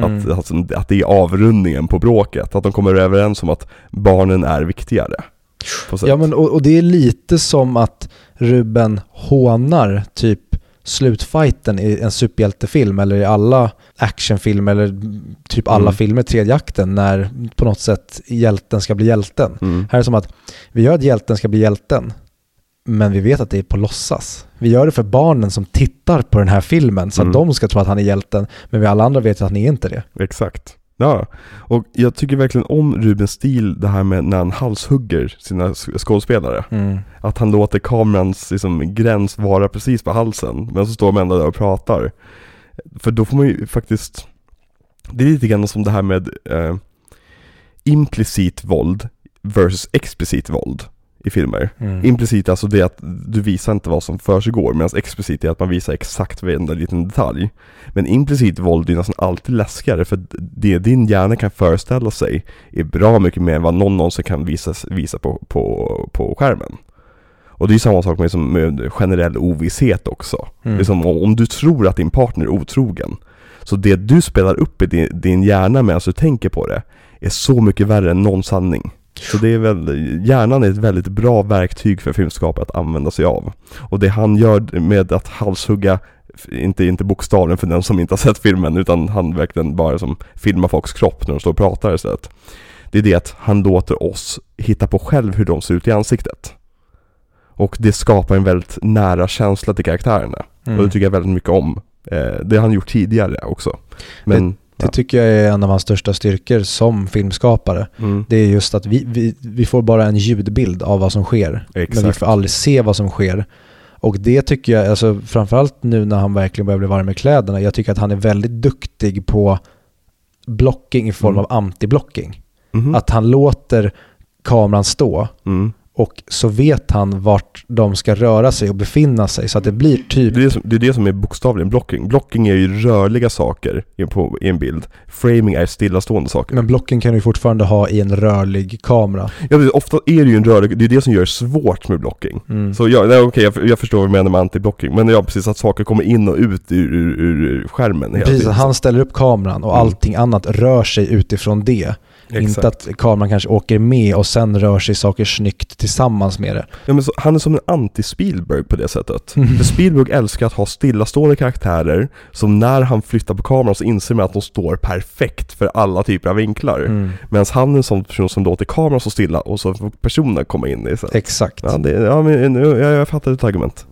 Att det är avrundningen på bråket. Att de kommer överens om att barnen är viktigare. Ja, men och det är lite som att Ruben hånar typ slutfighten i en superhjältefilm eller i alla actionfilmer eller typ alla filmer, tredje akten, när på något sätt hjälten ska bli hjälten. Här är det som att vi gör att hjälten ska bli hjälten, men vi vet att det är på låtsas. Vi gör det för barnen som tittar på den här filmen så att de ska tro att han är hjälten, men vi alla andra vet att han är inte det. Exakt. Ja, och jag tycker verkligen om Rubens stil, det här med när han halshugger sina skådespelare. Att han låter kamerans liksom, gräns vara precis på halsen, men så står man ändå där och pratar. För då får man ju faktiskt, det är lite grann som det här med implicit våld versus explicit våld i filmer. Implicit, alltså det att du visar inte vad som försiggår, medan explicit är att man visar exakt varenda liten detalj. Men implicit våld är nästan alltid läskigare, för det din hjärna kan föreställa sig är bra mycket mer än vad någon någonsin kan visa på skärmen. Och det är samma sak med generell ovisshet också. Liksom, om du tror att din partner är otrogen, så det du spelar upp i din hjärna medan du tänker på det är så mycket värre än någon sanning. Så det är hjärnan är ett väldigt bra verktyg för filmskapare att använda sig av. Och det han gör med att halshugga, inte bokstavligen för den som inte har sett filmen, utan han verkligen bara som filmar folks kropp när de står och pratar istället. Det är det att han låter oss hitta på själv hur de ser ut i ansiktet. Och det skapar en väldigt nära känsla till karaktärerna. Och det tycker jag väldigt mycket om. Det har han gjort tidigare också. Men det tycker jag är en av hans största styrkor som filmskapare. Det är just att vi får bara en ljudbild av vad som sker. Exakt. Men vi får aldrig se vad som sker. Och det tycker jag, alltså, framförallt nu när han verkligen börjar bli varm i kläderna, jag tycker att han är väldigt duktig på blocking i form av anti-blocking. Att han låter kameran stå och så vet han vart de ska röra sig och befinna sig, så att det blir typ... Det är det som är bokstavligen blocking. Blocking är ju rörliga saker i en bild. Framing är stillastående saker. Men blocking kan du fortfarande ha i en rörlig kamera. Ja, ofta är det ju en rörlig... Det är det som gör det svårt med blocking. Så jag förstår vad du menar med anti-blocking. Men ja, precis, att saker kommer in och ut ur skärmen. Precis, han ställer upp kameran och allting annat rör sig utifrån det. Exakt. Inte att kameran kanske åker med och sen rör sig saker snyggt tillsammans med det. Ja, men han är som en anti-Spielberg på det sättet. För Spielberg älskar att ha stillastående karaktärer som när han flyttar på kameran så inser man att de står perfekt för alla typer av vinklar. Medan han är en sån person som låter kameran så stilla och så får personen komma in i sig. Exakt. Ja, men jag fattar ett argument.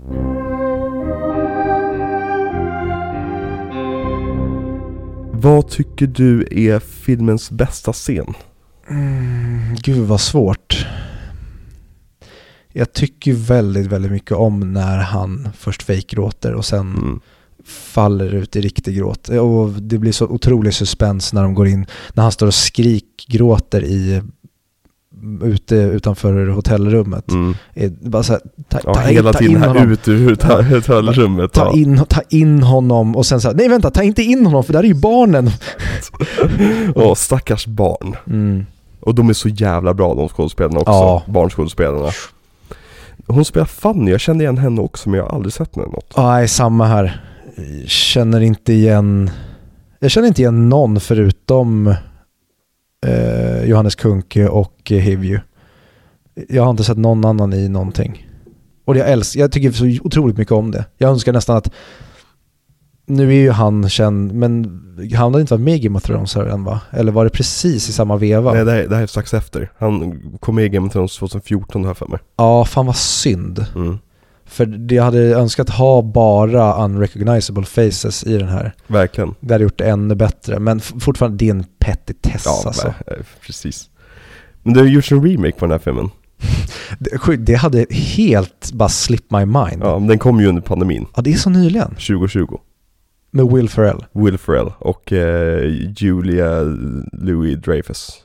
Vad tycker du är filmens bästa scen? Gud vad svårt. Jag tycker väldigt, väldigt mycket om när han först fejkgråter och sen faller ut i riktig gråt. Och det blir så otrolig suspens när de går in. När han står och skrikgråter ute utanför hotellrummet. Bara så här, hela tiden här ut ur hotellrummet. Ta in honom och sen så här, nej vänta, ta inte in honom för där är ju barnen. Stackars barn. Och de är så jävla bra, de skådespelarna också. Barnskådespelarna. Hon spelar Fanny, jag kände igen henne också, men jag har aldrig sett henne något. Nej, samma här. Jag känner inte igen någon förutom Johannes Kuhnke och Hivju. Jag har inte sett någon annan i någonting. Och jag tycker så otroligt mycket om det. Jag önskar nästan att nu är ju han känd, men han hade inte varit med i Game of Thrones här än, va? Eller var det precis i samma veva? Nej, det här är strax efter. Han kom med i Game of Thrones 2014 här för mig. Ja, fan vad synd. För jag hade önskat ha bara unrecognizable faces i den här. Verkligen. Det hade gjort det ännu bättre. Men fortfarande, det är en petitess alltså. Precis. Men det har gjorts en remake på den här filmen. Det hade helt bara slip my mind. Ja, men den kom ju under pandemin. Ja, det är så nyligen. 2020. Med Will Ferrell och Julia Louis-Dreyfus.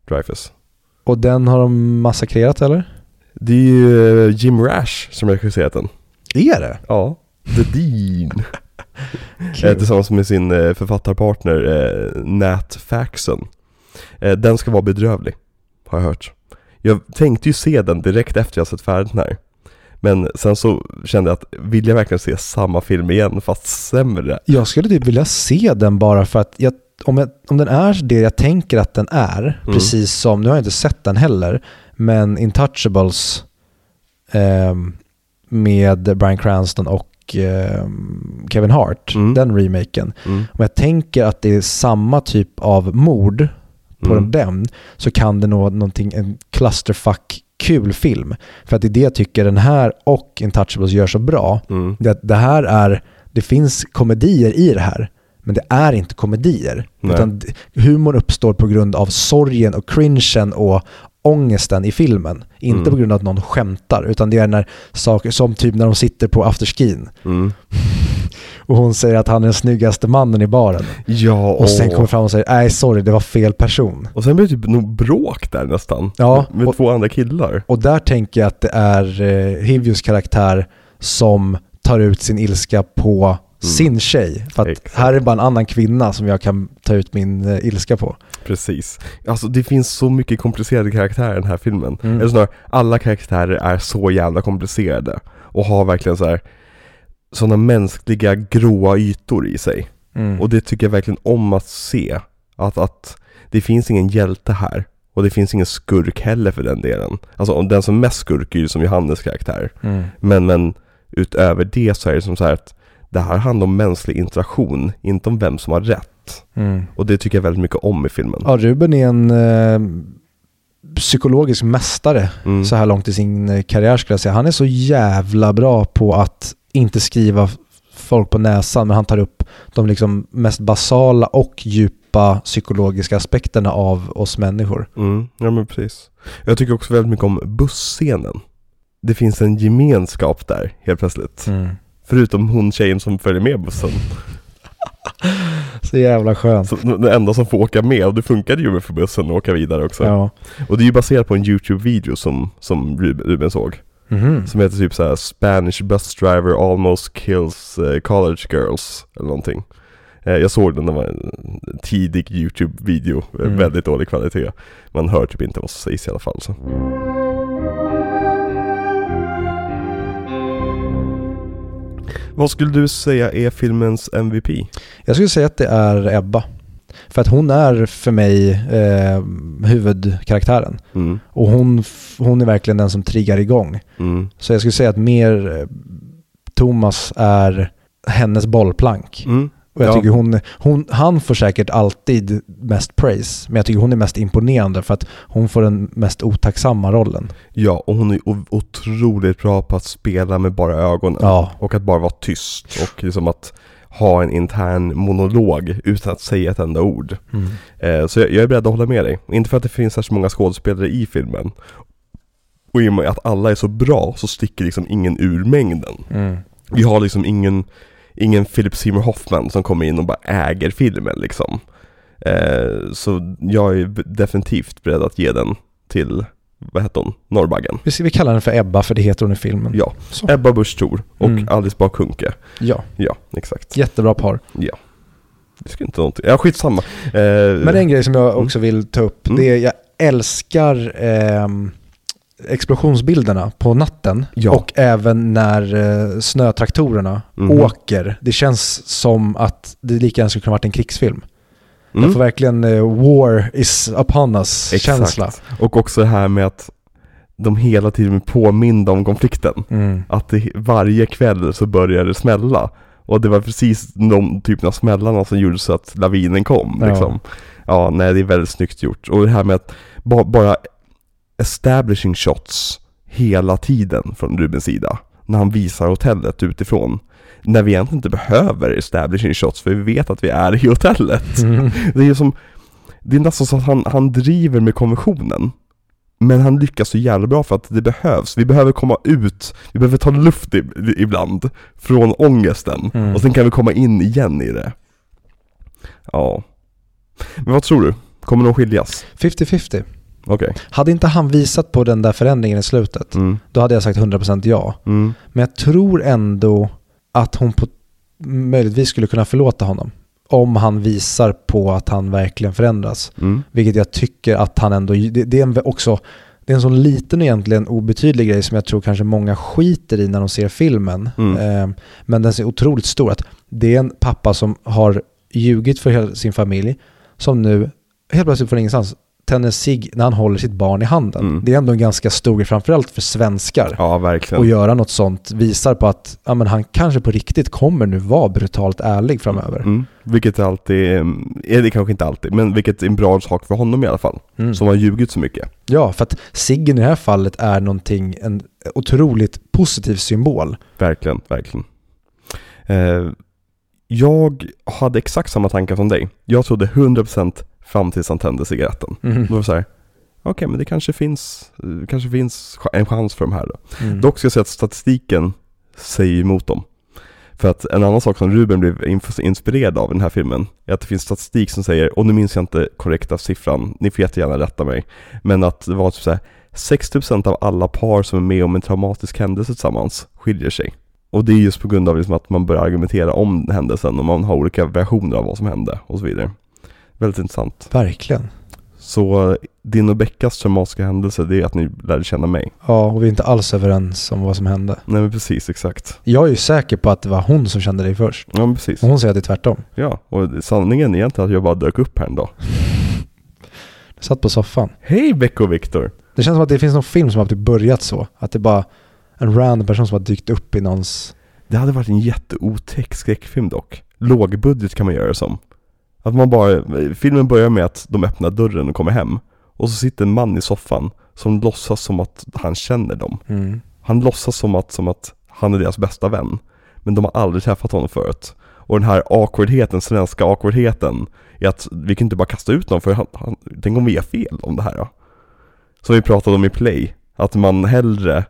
Och den har de massakrerat, eller? Det är ju Jim Rash som regisserat den. Är det? Ja, The Dean. Tillsammans med sin författarpartner Nat Faxon. Den ska vara bedrövlig, har jag hört. Jag tänkte ju se den direkt efter jag sett färdigt den här. Men sen så kände jag att vill jag verkligen se samma film igen fast sämre? Jag skulle typ vilja se den bara för att om den är det jag tänker att den är, precis som, nu har jag inte sett den heller, men Intouchables med Bryan Cranston och Kevin Hart, den remaken. Om jag tänker att det är samma typ av mord på den, så kan det nå någonting, en clusterfuck kul film. För att det är det jag tycker den här och Intouchables gör så bra. Det finns komedier i det här, men det är inte komedier. Nej. Utan humor uppstår på grund av sorgen och cringen och ångesten i filmen. Inte på grund av att någon skämtar, utan det är när saker som typ när de sitter på afterskin. Och hon säger att han är den snyggaste mannen i baren. Ja, och sen kommer fram och säger, nej sorry, det var fel person. Och sen blir det typ nog bråk där nästan. Ja, med två andra killar. Och där tänker jag att det är Hivjus karaktär som tar ut sin ilska på sin tjej. För att här är bara en annan kvinna som jag kan ta ut min ilska på. Precis. Alltså det finns så mycket komplicerade karaktärer i den här filmen. Eller snarare, alla karaktärer är så jävla komplicerade. Och har verkligen så här sådana mänskliga gråa ytor i sig. Och det tycker jag verkligen om att se. Att det finns ingen hjälte här. Och det finns ingen skurk heller för den delen. Alltså den som mest skurk är ju som Johannes karaktär. Men utöver det så är det som så här att det här handlar om mänsklig interaktion, inte om vem som har rätt. Och det tycker jag väldigt mycket om i filmen. Ja, Ruben är en psykologisk mästare så här långt i sin karriär, skulle jag säga. Han är så jävla bra på att inte skriva folk på näsan, men han tar upp de liksom mest basala och djupa psykologiska aspekterna av oss människor. Ja, men precis. Jag tycker också väldigt mycket om busscenen. Det finns en gemenskap där, helt plötsligt. Förutom hon tjejen som följer med bussen. Så jävla skönt. Så den enda som får åka med, och det funkade ju med för bussen att åka vidare också. Ja. Och det är ju baserat på en YouTube-video som Ruben såg. Som heter typ såhär Spanish bus driver almost kills college girls eller någonting. Jag såg den, det var en tidig YouTube-video. Väldigt dålig kvalitet. Man hör typ inte vad som sägs i alla fall så. Vad skulle du säga är filmens MVP? Jag skulle säga att det är Ebba. För att hon är för mig huvudkaraktären. Och hon är verkligen den som triggar igång. Så jag skulle säga att mer Thomas är hennes bollplank. Och jag tycker han får säkert alltid mest praise, men jag tycker hon är mest imponerande för att hon får den mest otacksamma rollen. Ja, och hon är otroligt bra på att spela med bara ögonen. Ja. Och att bara vara tyst och liksom att ha en intern monolog utan att säga ett enda ord. Så jag är beredd att hålla med dig. Inte för att det finns så många skådespelare i filmen. Och i och med att alla är så bra så sticker liksom ingen ur mängden. Vi har liksom ingen Philip Seymour Hoffman som kommer in och bara äger filmen liksom. Så jag är definitivt beredd att ge den till, vad heter hon? Norrbaggen. Vi kallar den för Ebba, för det heter hon i filmen. Ja, så. Ebba Busch Thor och Alice Bah Kuhnke. Ja, exakt. Jättebra par. Ja. Det ska inte någonting. Ja, skitsamma. Men en grej som jag också vill ta upp, det är jag älskar explosionsbilderna på natten och även när snötraktorerna åker. Det känns som att det lika gärna skulle kunna varit en krigsfilm. Det får verkligen war is upon us känsla. Och också det här med att de hela tiden påminner om konflikten. Att varje kväll så börjar det smälla. Och det var precis de typerna av smällarna som gjorde så att lavinen kom. Liksom. Ja, nej, det är väldigt snyggt gjort. Och det här med att bara establishing shots hela tiden från Rubens sida. När han visar hotellet utifrån. När vi egentligen inte behöver establishing shots, för vi vet att vi är i hotellet. Det är nästan så att han driver med konventionen. Men han lyckas så jävla bra för att det behövs. Vi behöver komma ut, vi behöver ta luft ibland från ångesten. Och sen kan vi komma in igen i det. Ja. Men vad tror du? Kommer de skiljas? 50-50. Okay. Hade inte han visat på den där förändringen i slutet, då hade jag sagt 100% ja. Men jag tror ändå att hon möjligtvis skulle kunna förlåta honom om han visar på att han verkligen förändras. Vilket jag tycker att han ändå... Det är en sån liten och egentligen obetydlig grej som jag tror kanske många skiter i när de ser filmen. Men den är otroligt stor. Att det är en pappa som har ljugit för hela sin familj, som nu helt plötsligt från ingenstans tänder sig när han håller sitt barn i handen. Det är ändå en ganska stor grej, framförallt för svenskar. Ja, verkligen. Och göra något sånt visar på att men han kanske på riktigt kommer nu vara brutalt ärlig framöver. Vilket alltid är det kanske inte alltid, men vilket är en bra sak för honom i alla fall. Som har ljugit så mycket. Ja, för att Siggen i det här fallet är en otroligt positiv symbol. Verkligen. Jag hade exakt samma tankar som dig. Jag trodde 100% fram tills han tände cigaretten. Då var det så här, okej, men det kanske finns en chans för de här då. Dock ska jag säga att statistiken säger emot dem. För att en annan sak som Ruben blev inspirerad av i den här filmen är att det finns statistik som säger, och nu minns jag inte korrekta siffran, ni får jättegärna rätta mig, men att det var typ så här, 60% av alla par som är med om en traumatisk händelse tillsammans skiljer sig. Och det är just på grund av liksom att man börjar argumentera om händelsen och man har olika versioner av vad som hände och så vidare. Väldigt intressant. Verkligen. Så din och Beckas traumatiska händelse, det är att ni lärde känna mig. Ja, och vi är inte alls överens om vad som hände. Nej, men precis, exakt. Jag är ju säker på att det var hon som kände dig först. Ja, men precis. Och hon säger att det är tvärtom. Ja, och sanningen är egentligen att jag bara dök upp här en dag. Du satt på soffan. Hej, Becka och Victor. Det känns som att det finns någon film som har typ börjat så. Att det är bara en random person som har dykt upp i någons... Det hade varit en jätteotäck skräckfilm dock. Lågbudget kan man göra det som. Att filmen börjar med att de öppnar dörren och kommer hem. Och så sitter en man i soffan som låtsas som att han känner dem. Han låtsas som att han är deras bästa vän. Men de har aldrig träffat honom förut. Och den här svenska awkwardheten är att vi kan inte bara kasta ut någon, för tänk om vi är fel om det här då. Som vi pratade om i Play. Att man hellre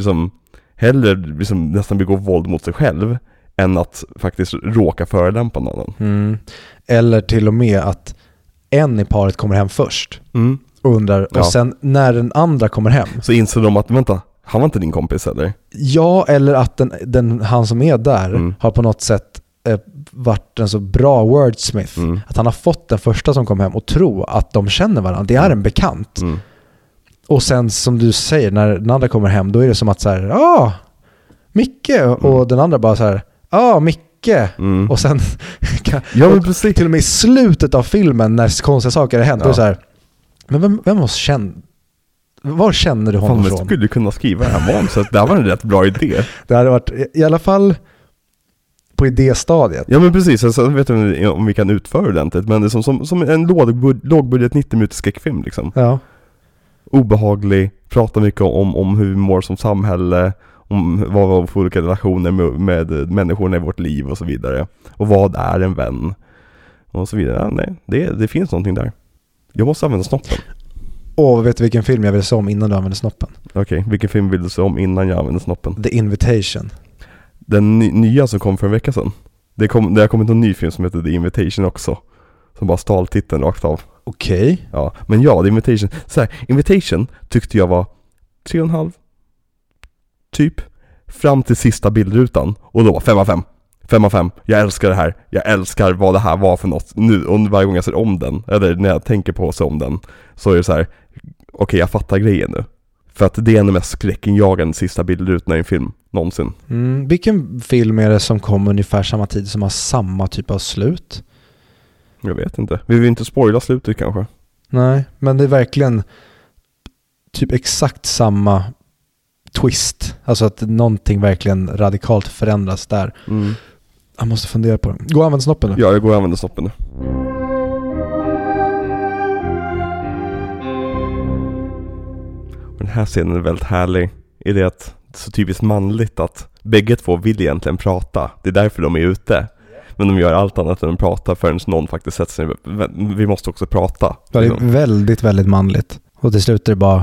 nästan begår våld mot sig själv än att faktiskt råka förolämpa någon. Eller till och med att en i paret kommer hem först och undrar, och sen när den andra kommer hem så inser de att, vänta, han var inte din kompis eller? Ja, eller att han som är där har på något sätt varit en så bra wordsmith att han har fått den första som kom hem och tro att de känner varandra. Det är en bekant. Och sen som du säger, när den andra kommer hem, då är det som att så här, Micke, och den andra bara så här, Micke, mycket och sen precis. Till och med i slutet av filmen när konstiga saker har hänt då är det så här, men vem måste känna, var känner du honom från? Man skulle kunna skriva det här manuset, det här var en rätt bra idé. Det hade varit i alla fall på idéstadiet. Ja men precis, alltså, vet du om vi kan utföra ordentligt, men det är som en lågbudget 90 minuters skräckfilm liksom. Ja. Obehaglig, pratar mycket om hur vi mår som samhälle, om vad vi har för olika relationer med människorna i vårt liv och så vidare. Och vad är en vän? Och så vidare. Ja, nej, det finns någonting där. Jag måste använda snoppen. Vet du vilken film jag vill se om innan du använder snoppen? Okej, vilken film vill du se om innan jag använder snoppen? The Invitation. Den nya som kom för en vecka sedan. Det har kommit en ny film som heter The Invitation också. Som bara stal titeln rakt av. Okej. Ja, men ja, The Invitation. Så här, Invitation tyckte jag var 3,5 typ. Fram till sista bildrutan. Och då 5 av 5. 5 av 5. Jag älskar det här. Jag älskar vad det här var för något. Nu, och varje gång jag ser om den, eller när jag tänker på sig om den, så är det så här, okej, jag fattar grejen nu. För att det är den mest skräckinjagande sista bildrutan i en film någonsin. Vilken film är det som kom ungefär samma tid som har samma typ av slut? Jag vet inte. Vi vill inte spoila slutet kanske. Nej, men det är verkligen typ exakt samma twist. Alltså att någonting verkligen radikalt förändras där. Jag måste fundera på det. Gå och använda snoppen nu. Ja, jag går och använder snoppen nu. Den här scenen är väldigt härlig i det att det är så typiskt manligt att bägge två vill egentligen prata. Det är därför de är ute. Men de gör allt annat än att prata förrän någon faktiskt sätter sig. Vi måste också prata. Ja, det är väldigt, väldigt manligt. Och till slut är det bara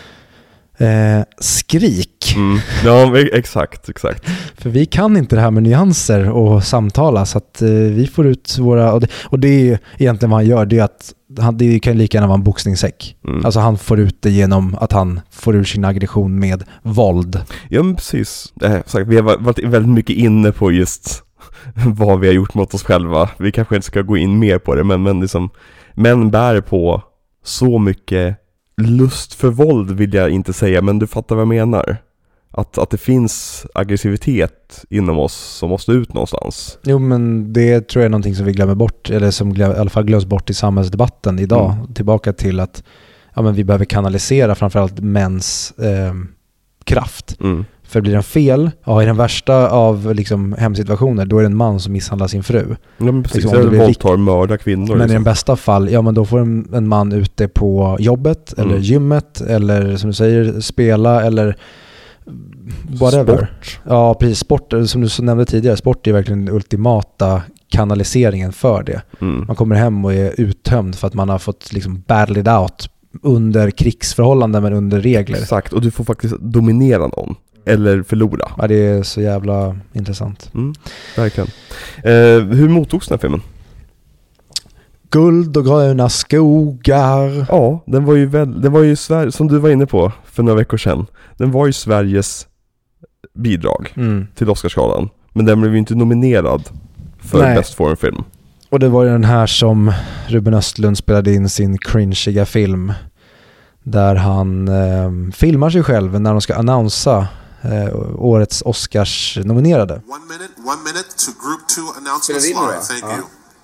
skrik. Ja, exakt. För vi kan inte det här med nyanser och samtala, så att vi får ut våra... Och det är egentligen vad han gör, det är att det kan lika gärna vara en boxningssäck. Alltså han får ut det genom att han får ur sin aggression med våld. Ja, men precis. Vi har varit väldigt mycket inne på just vad vi har gjort mot oss själva. Vi kanske inte ska gå in mer på det, men liksom, män bär på så mycket lust för våld, vill jag inte säga, men du fattar vad jag menar. Att det finns aggressivitet inom oss som måste ut någonstans. Jo, men det tror jag är någonting som vi glömmer bort, eller som i alla fall glöms bort i samhällsdebatten idag. Tillbaka till att men vi behöver kanalisera framförallt mäns kraft. För blir den fel, i den värsta av liksom hemsituationer, då är det en man som misshandlar sin fru. Ja, men precis. Liksom, våldtar, mördar kvinnor. Men liksom. I den bästa fall, men då får en man ute på jobbet, eller gymmet, eller som du säger, spela, eller whatever. Sport. Ja, precis. Sport, som du nämnde tidigare, sport är verkligen den ultimata kanaliseringen för det. Man kommer hem och är uttömd för att man har fått liksom battle it out under krigsförhållanden, men under regler. Exakt, och du får faktiskt dominera någon. Eller förlora. Ja, det är så jävla intressant. Verkligen. Hur mottogs den här filmen? Guld och gröna skogar. Ja, den var ju Sverige, som du var inne på för några veckor sedan. Den var ju Sveriges bidrag till Oscarsgalan. Men den blev ju inte nominerad för Best Foreign Film. Och det var ju den här som Ruben Östlund spelade in sin cringiga film. Där han filmar sig själv när de ska annonsa årets Oscars-nominerade. One minute to group 2 announcement slide. Thank you.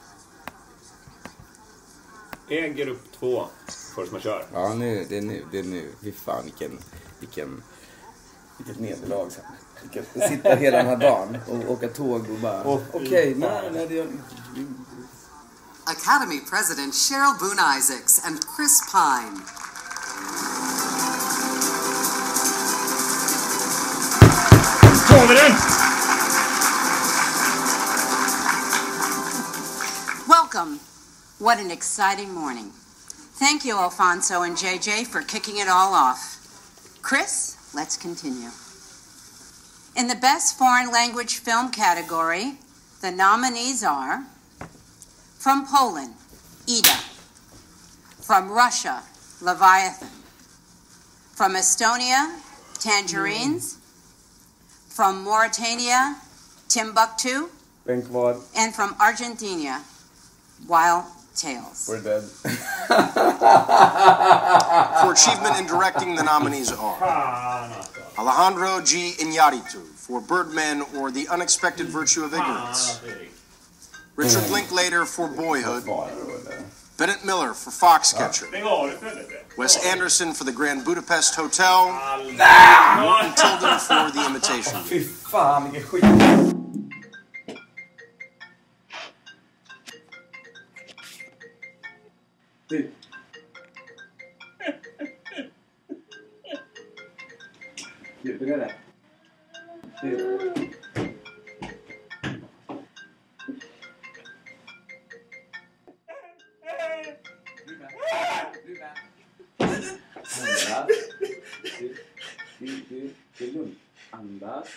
Grupp 2 först man kör. Ja, det är nu. Fy fan, vilket nederlag sen. Sitta hela den här dagen och åka tåg och bara okej, nej, det är... Academy President Cheryl Boone Isaacs and Chris Pine. Welcome. What an exciting morning. Thank you, Alfonso and JJ, for kicking it all off. Chris, let's continue. In the Best Foreign Language Film category, the nominees are from Poland, Ida. From Russia, Leviathan. From Estonia, Tangerines. From Mauritania, Timbuktu. And from Argentina, Wild Tales. We're dead. For achievement in directing, the nominees are Alejandro G. Iñárritu for Birdman or The Unexpected Virtue of Ignorance, Richard Linklater for Boyhood, Bennett Miller for Foxcatcher, Wes Anderson for The Grand Budapest Hotel, Morton Tilden for The Imitation. Fy fan, vilken skit. Du. Du, hur är det? Du. Det är lugnt. Andas.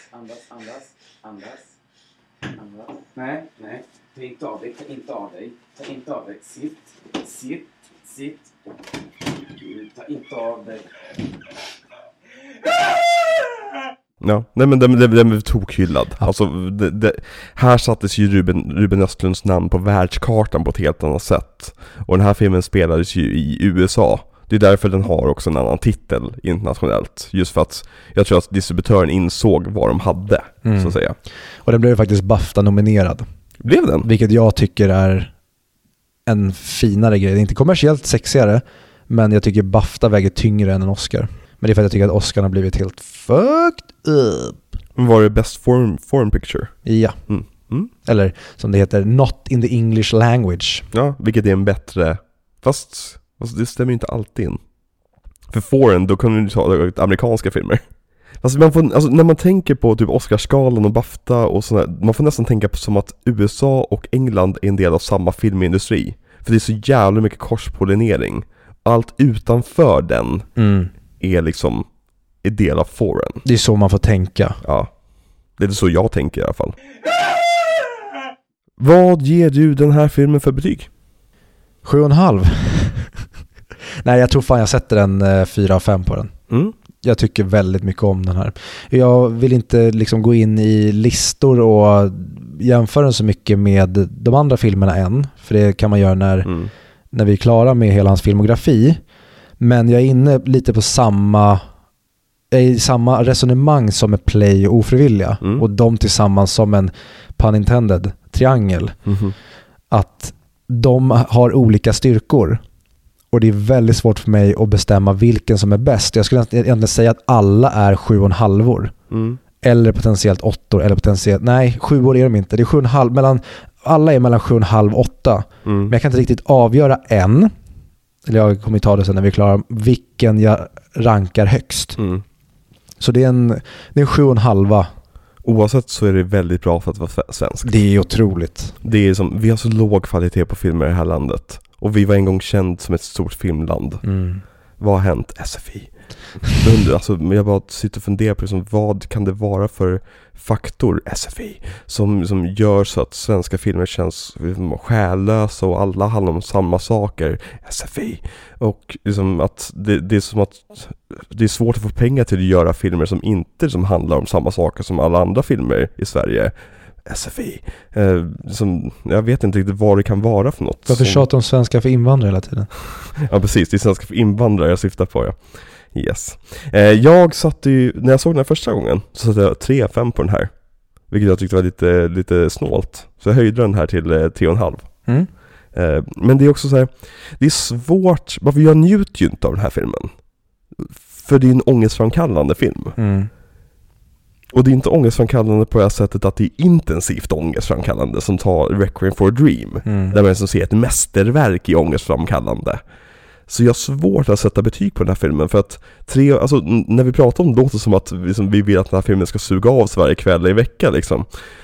Nej. Ta inte av dig. Ta inte av dig. Sitt. Ta inte av dig. Ja, nej men den är tokhyllad. Alltså, här sattes ju Ruben Östlunds namn på världskartan på ett helt annat sätt. Och den här filmen spelades ju i USA. Det är därför den har också en annan titel internationellt. Just för att jag tror att distributören insåg vad de hade, så att säga. Och den blev faktiskt BAFTA-nominerad. Blev den? Vilket jag tycker är en finare grej. Det är inte kommersiellt sexigare, men jag tycker BAFTA väger tyngre än en Oscar. Men det är för att jag tycker att Oscar har blivit helt fucked up. Var det Best Foreign Picture? Ja. Eller som det heter, Not in the English Language. Ja, vilket är en bättre... Fast det stämmer ju inte alltid in. För foreign, då kunde du ta amerikanska filmer. Alltså när man tänker på typ Oscarsgalan och BAFTA och sådär, man får nästan tänka på som att USA och England är en del av samma filmindustri. För det är så jävla mycket korspollinering. Allt utanför den är liksom en del av foreign. Det är så man får tänka. Ja, det är så jag tänker i alla fall. Vad ger du den här filmen för betyg? 7,5. Nej, jag tror fan jag sätter en 4,5 på den. Jag tycker väldigt mycket om den här. Jag vill inte liksom gå in i listor och jämföra den så mycket med de andra filmerna än. För det kan man göra när vi är klara med hela hans filmografi. Men jag är inne lite på samma resonemang som med Play och Ofrivilliga. Och de tillsammans som en pun intended triangel. Att de har olika styrkor. Och det är väldigt svårt för mig att bestämma vilken som är bäst. Jag skulle egentligen säga att alla är 7,5-or. Eller potentiellt 8-or. Eller potentiellt... Nej, 7-or är de inte. Det är 7,5. Alla är mellan 7,5 och 8. Men jag kan inte riktigt avgöra än. Eller jag kommer ta det sen när vi är klara. Vilken jag rankar högst. Så det är en 7,5. Oavsett så är det väldigt bra för att vara svensk. Det är otroligt. Det är som, vi har så låg kvalitet på filmer i det här landet. Och vi var en gång känd som ett stort filmland. Vad har hänt? SFI. Alltså, jag bara sitter och funderar på liksom, vad kan det vara för faktor, SFI, som gör så att svenska filmer känns själlösa och alla handlar om samma saker, SFI. Och liksom att det är som att det är svårt att få pengar till att göra filmer som inte som handlar om samma saker som alla andra filmer i Sverige. SFI. Jag vet inte riktigt vad det kan vara för något. Varför tjatar om svenska för invandrare hela tiden? Ja, precis. Det är svenska för invandrare jag syftar på, ja. Yes. Jag satte ju, när jag såg den här första gången så satte jag 3,5 på den här. Vilket jag tyckte var lite snålt. Så jag höjde den här till 3,5. Men det är också så här, det är svårt, varför jag njuter ju inte av den här filmen. För det är en ångestframkallande film. Och det är inte ångestframkallande på det sättet att det är intensivt ångestframkallande som tar Requiem for a Dream. Där man som ser ett mästerverk i ångestframkallande. Så jag har svårt att sätta betyg på den här filmen. För att när vi pratar om det låter som att vi vill att den här filmen ska suga av varje kväll i vecka liksom.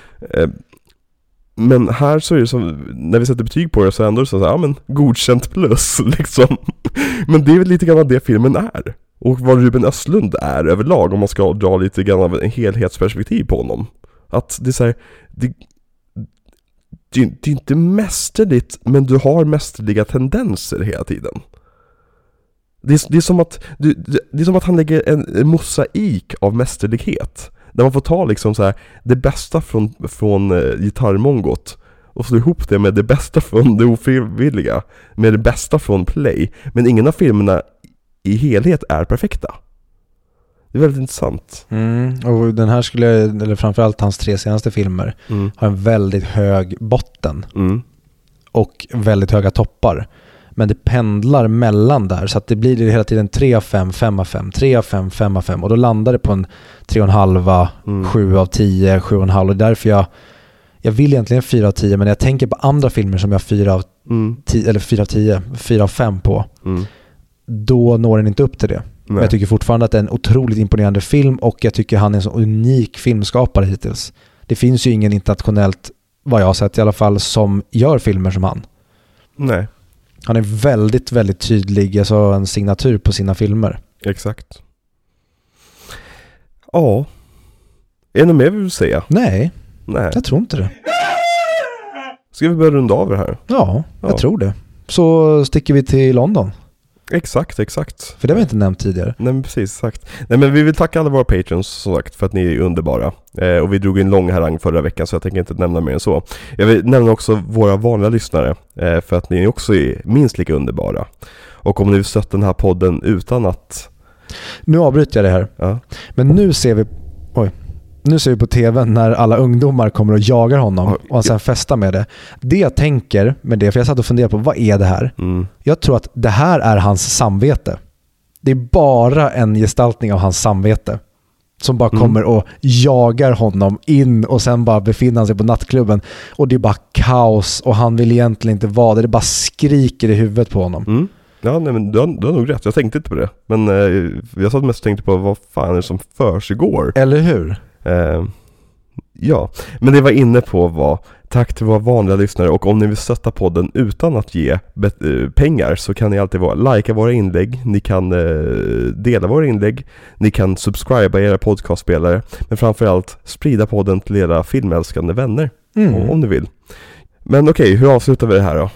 Men här så är det som, när vi sätter betyg på det så är det ändå så här, men godkänt plus liksom. Men det är väl lite grann vad det filmen är. Och vad Ruben Östlund är överlag, om man ska dra lite grann av en helhetsperspektiv på honom. Att det är så här, det är inte mästerligt, men du har mästerliga tendenser hela tiden. Det är som att han lägger en mosaik av mästerlighet. Där man får ta liksom så här, det bästa från gitarrmongot och slå ihop det med det bästa från det ofrivilliga, med det bästa från Play. Men ingen av filmerna i helhet är perfekta. Det är väldigt intressant. Och den här eller framförallt hans 3 senaste filmer har en väldigt hög botten och väldigt höga toppar. Men det pendlar mellan där, så att det blir hela tiden 3 av 5, 5 av 5, 3 av 5, 5 av 5, och då landar det på en 3,5, 7 av 10, 7,5, och därför jag vill egentligen 4 av 10, men när jag tänker på andra filmer som jag 4 av 10 eller 4 av 10, 4 av 5 på, då når den inte upp till det. Men jag tycker fortfarande att det är en otroligt imponerande film, och jag tycker han är en så unik filmskapare hittills. Det finns ju ingen internationellt, vad jag har sett i alla fall, som gör filmer som han. Nej. Han är väldigt, väldigt tydlig, alltså en signatur på sina filmer. Exakt. Ja. Är det något mer vi vill säga? Nej, jag tror inte det. Ska vi börja runda av det här? Ja, jag tror det. Så sticker vi till London. Exakt. För det har vi inte nämnt tidigare. Nej, men precis, exakt. Nej, men vi vill tacka alla våra patrons, som sagt, för att ni är underbara. Och vi drog en lång harang förra veckan, så jag tänker inte nämna mer än så. Jag vill nämna också våra vanliga lyssnare, för att ni också är minst lika underbara. Och om ni vill stötta den här podden utan att... Nu avbryter jag det här. Ja. Men nu ser vi på tv när alla ungdomar kommer och jagar honom och han sen festar med det. Det jag tänker med det, för jag satt och funderade på, vad är det här? Jag tror att det här är hans samvete. Det är bara en gestaltning av hans samvete som bara kommer och jagar honom in, och sen bara befinner han sig på nattklubben och det är bara kaos och han vill egentligen inte vara det. Det bara skriker i huvudet på honom. Ja, nej, men du har nog rätt. Jag tänkte inte på det. Men jag satt mest och tänkte på vad fan är det som försiggår. Eller hur? Ja, men det var inne på var tack till våra vanliga lyssnare, och om ni vill stötta podden utan att ge pengar, så kan ni alltid likea våra inlägg, ni kan dela våra inlägg, ni kan subscriba era podcastspelare, men framförallt sprida podden till era filmälskande vänner om ni vill. Men okej, hur avslutar vi det här då?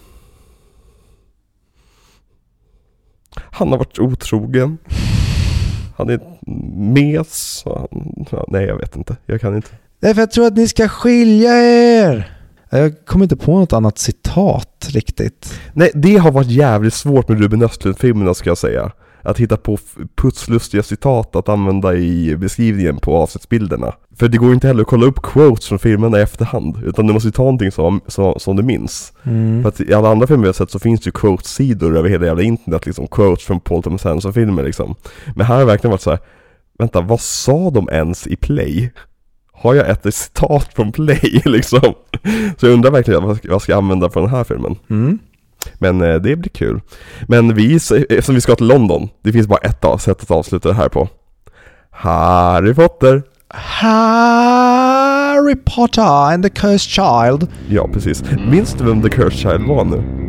Han har varit otrogen. Han är mes. Nej, jag vet inte. Jag kan inte. Därför jag tror att ni ska skilja er. Jag kommer inte på något annat citat riktigt. Nej, det har varit jävligt svårt med Ruben Östlund-filmerna, ska jag säga. Att hitta på putslustiga citat att använda i beskrivningen på avsättsbilderna. För det går inte heller att kolla upp quotes från filmerna i efterhand, utan du måste ta någonting som du minns. För att i alla andra filmer jag sett så finns det ju quotes-sidor över hela jävla internet, liksom quotes från Paul Thomas Anderson-filmer liksom. Men här har det verkligen varit så här: vänta, vad sa de ens i Play? Har jag ett citat från Play liksom? Så jag undrar verkligen vad jag ska använda från den här filmen. Men det blir kul. Men som vi ska till London, det finns bara ett sätt att avsluta det här på. Harry Potter and the Cursed Child. Ja, precis. Minns du vem The Cursed Child var nu?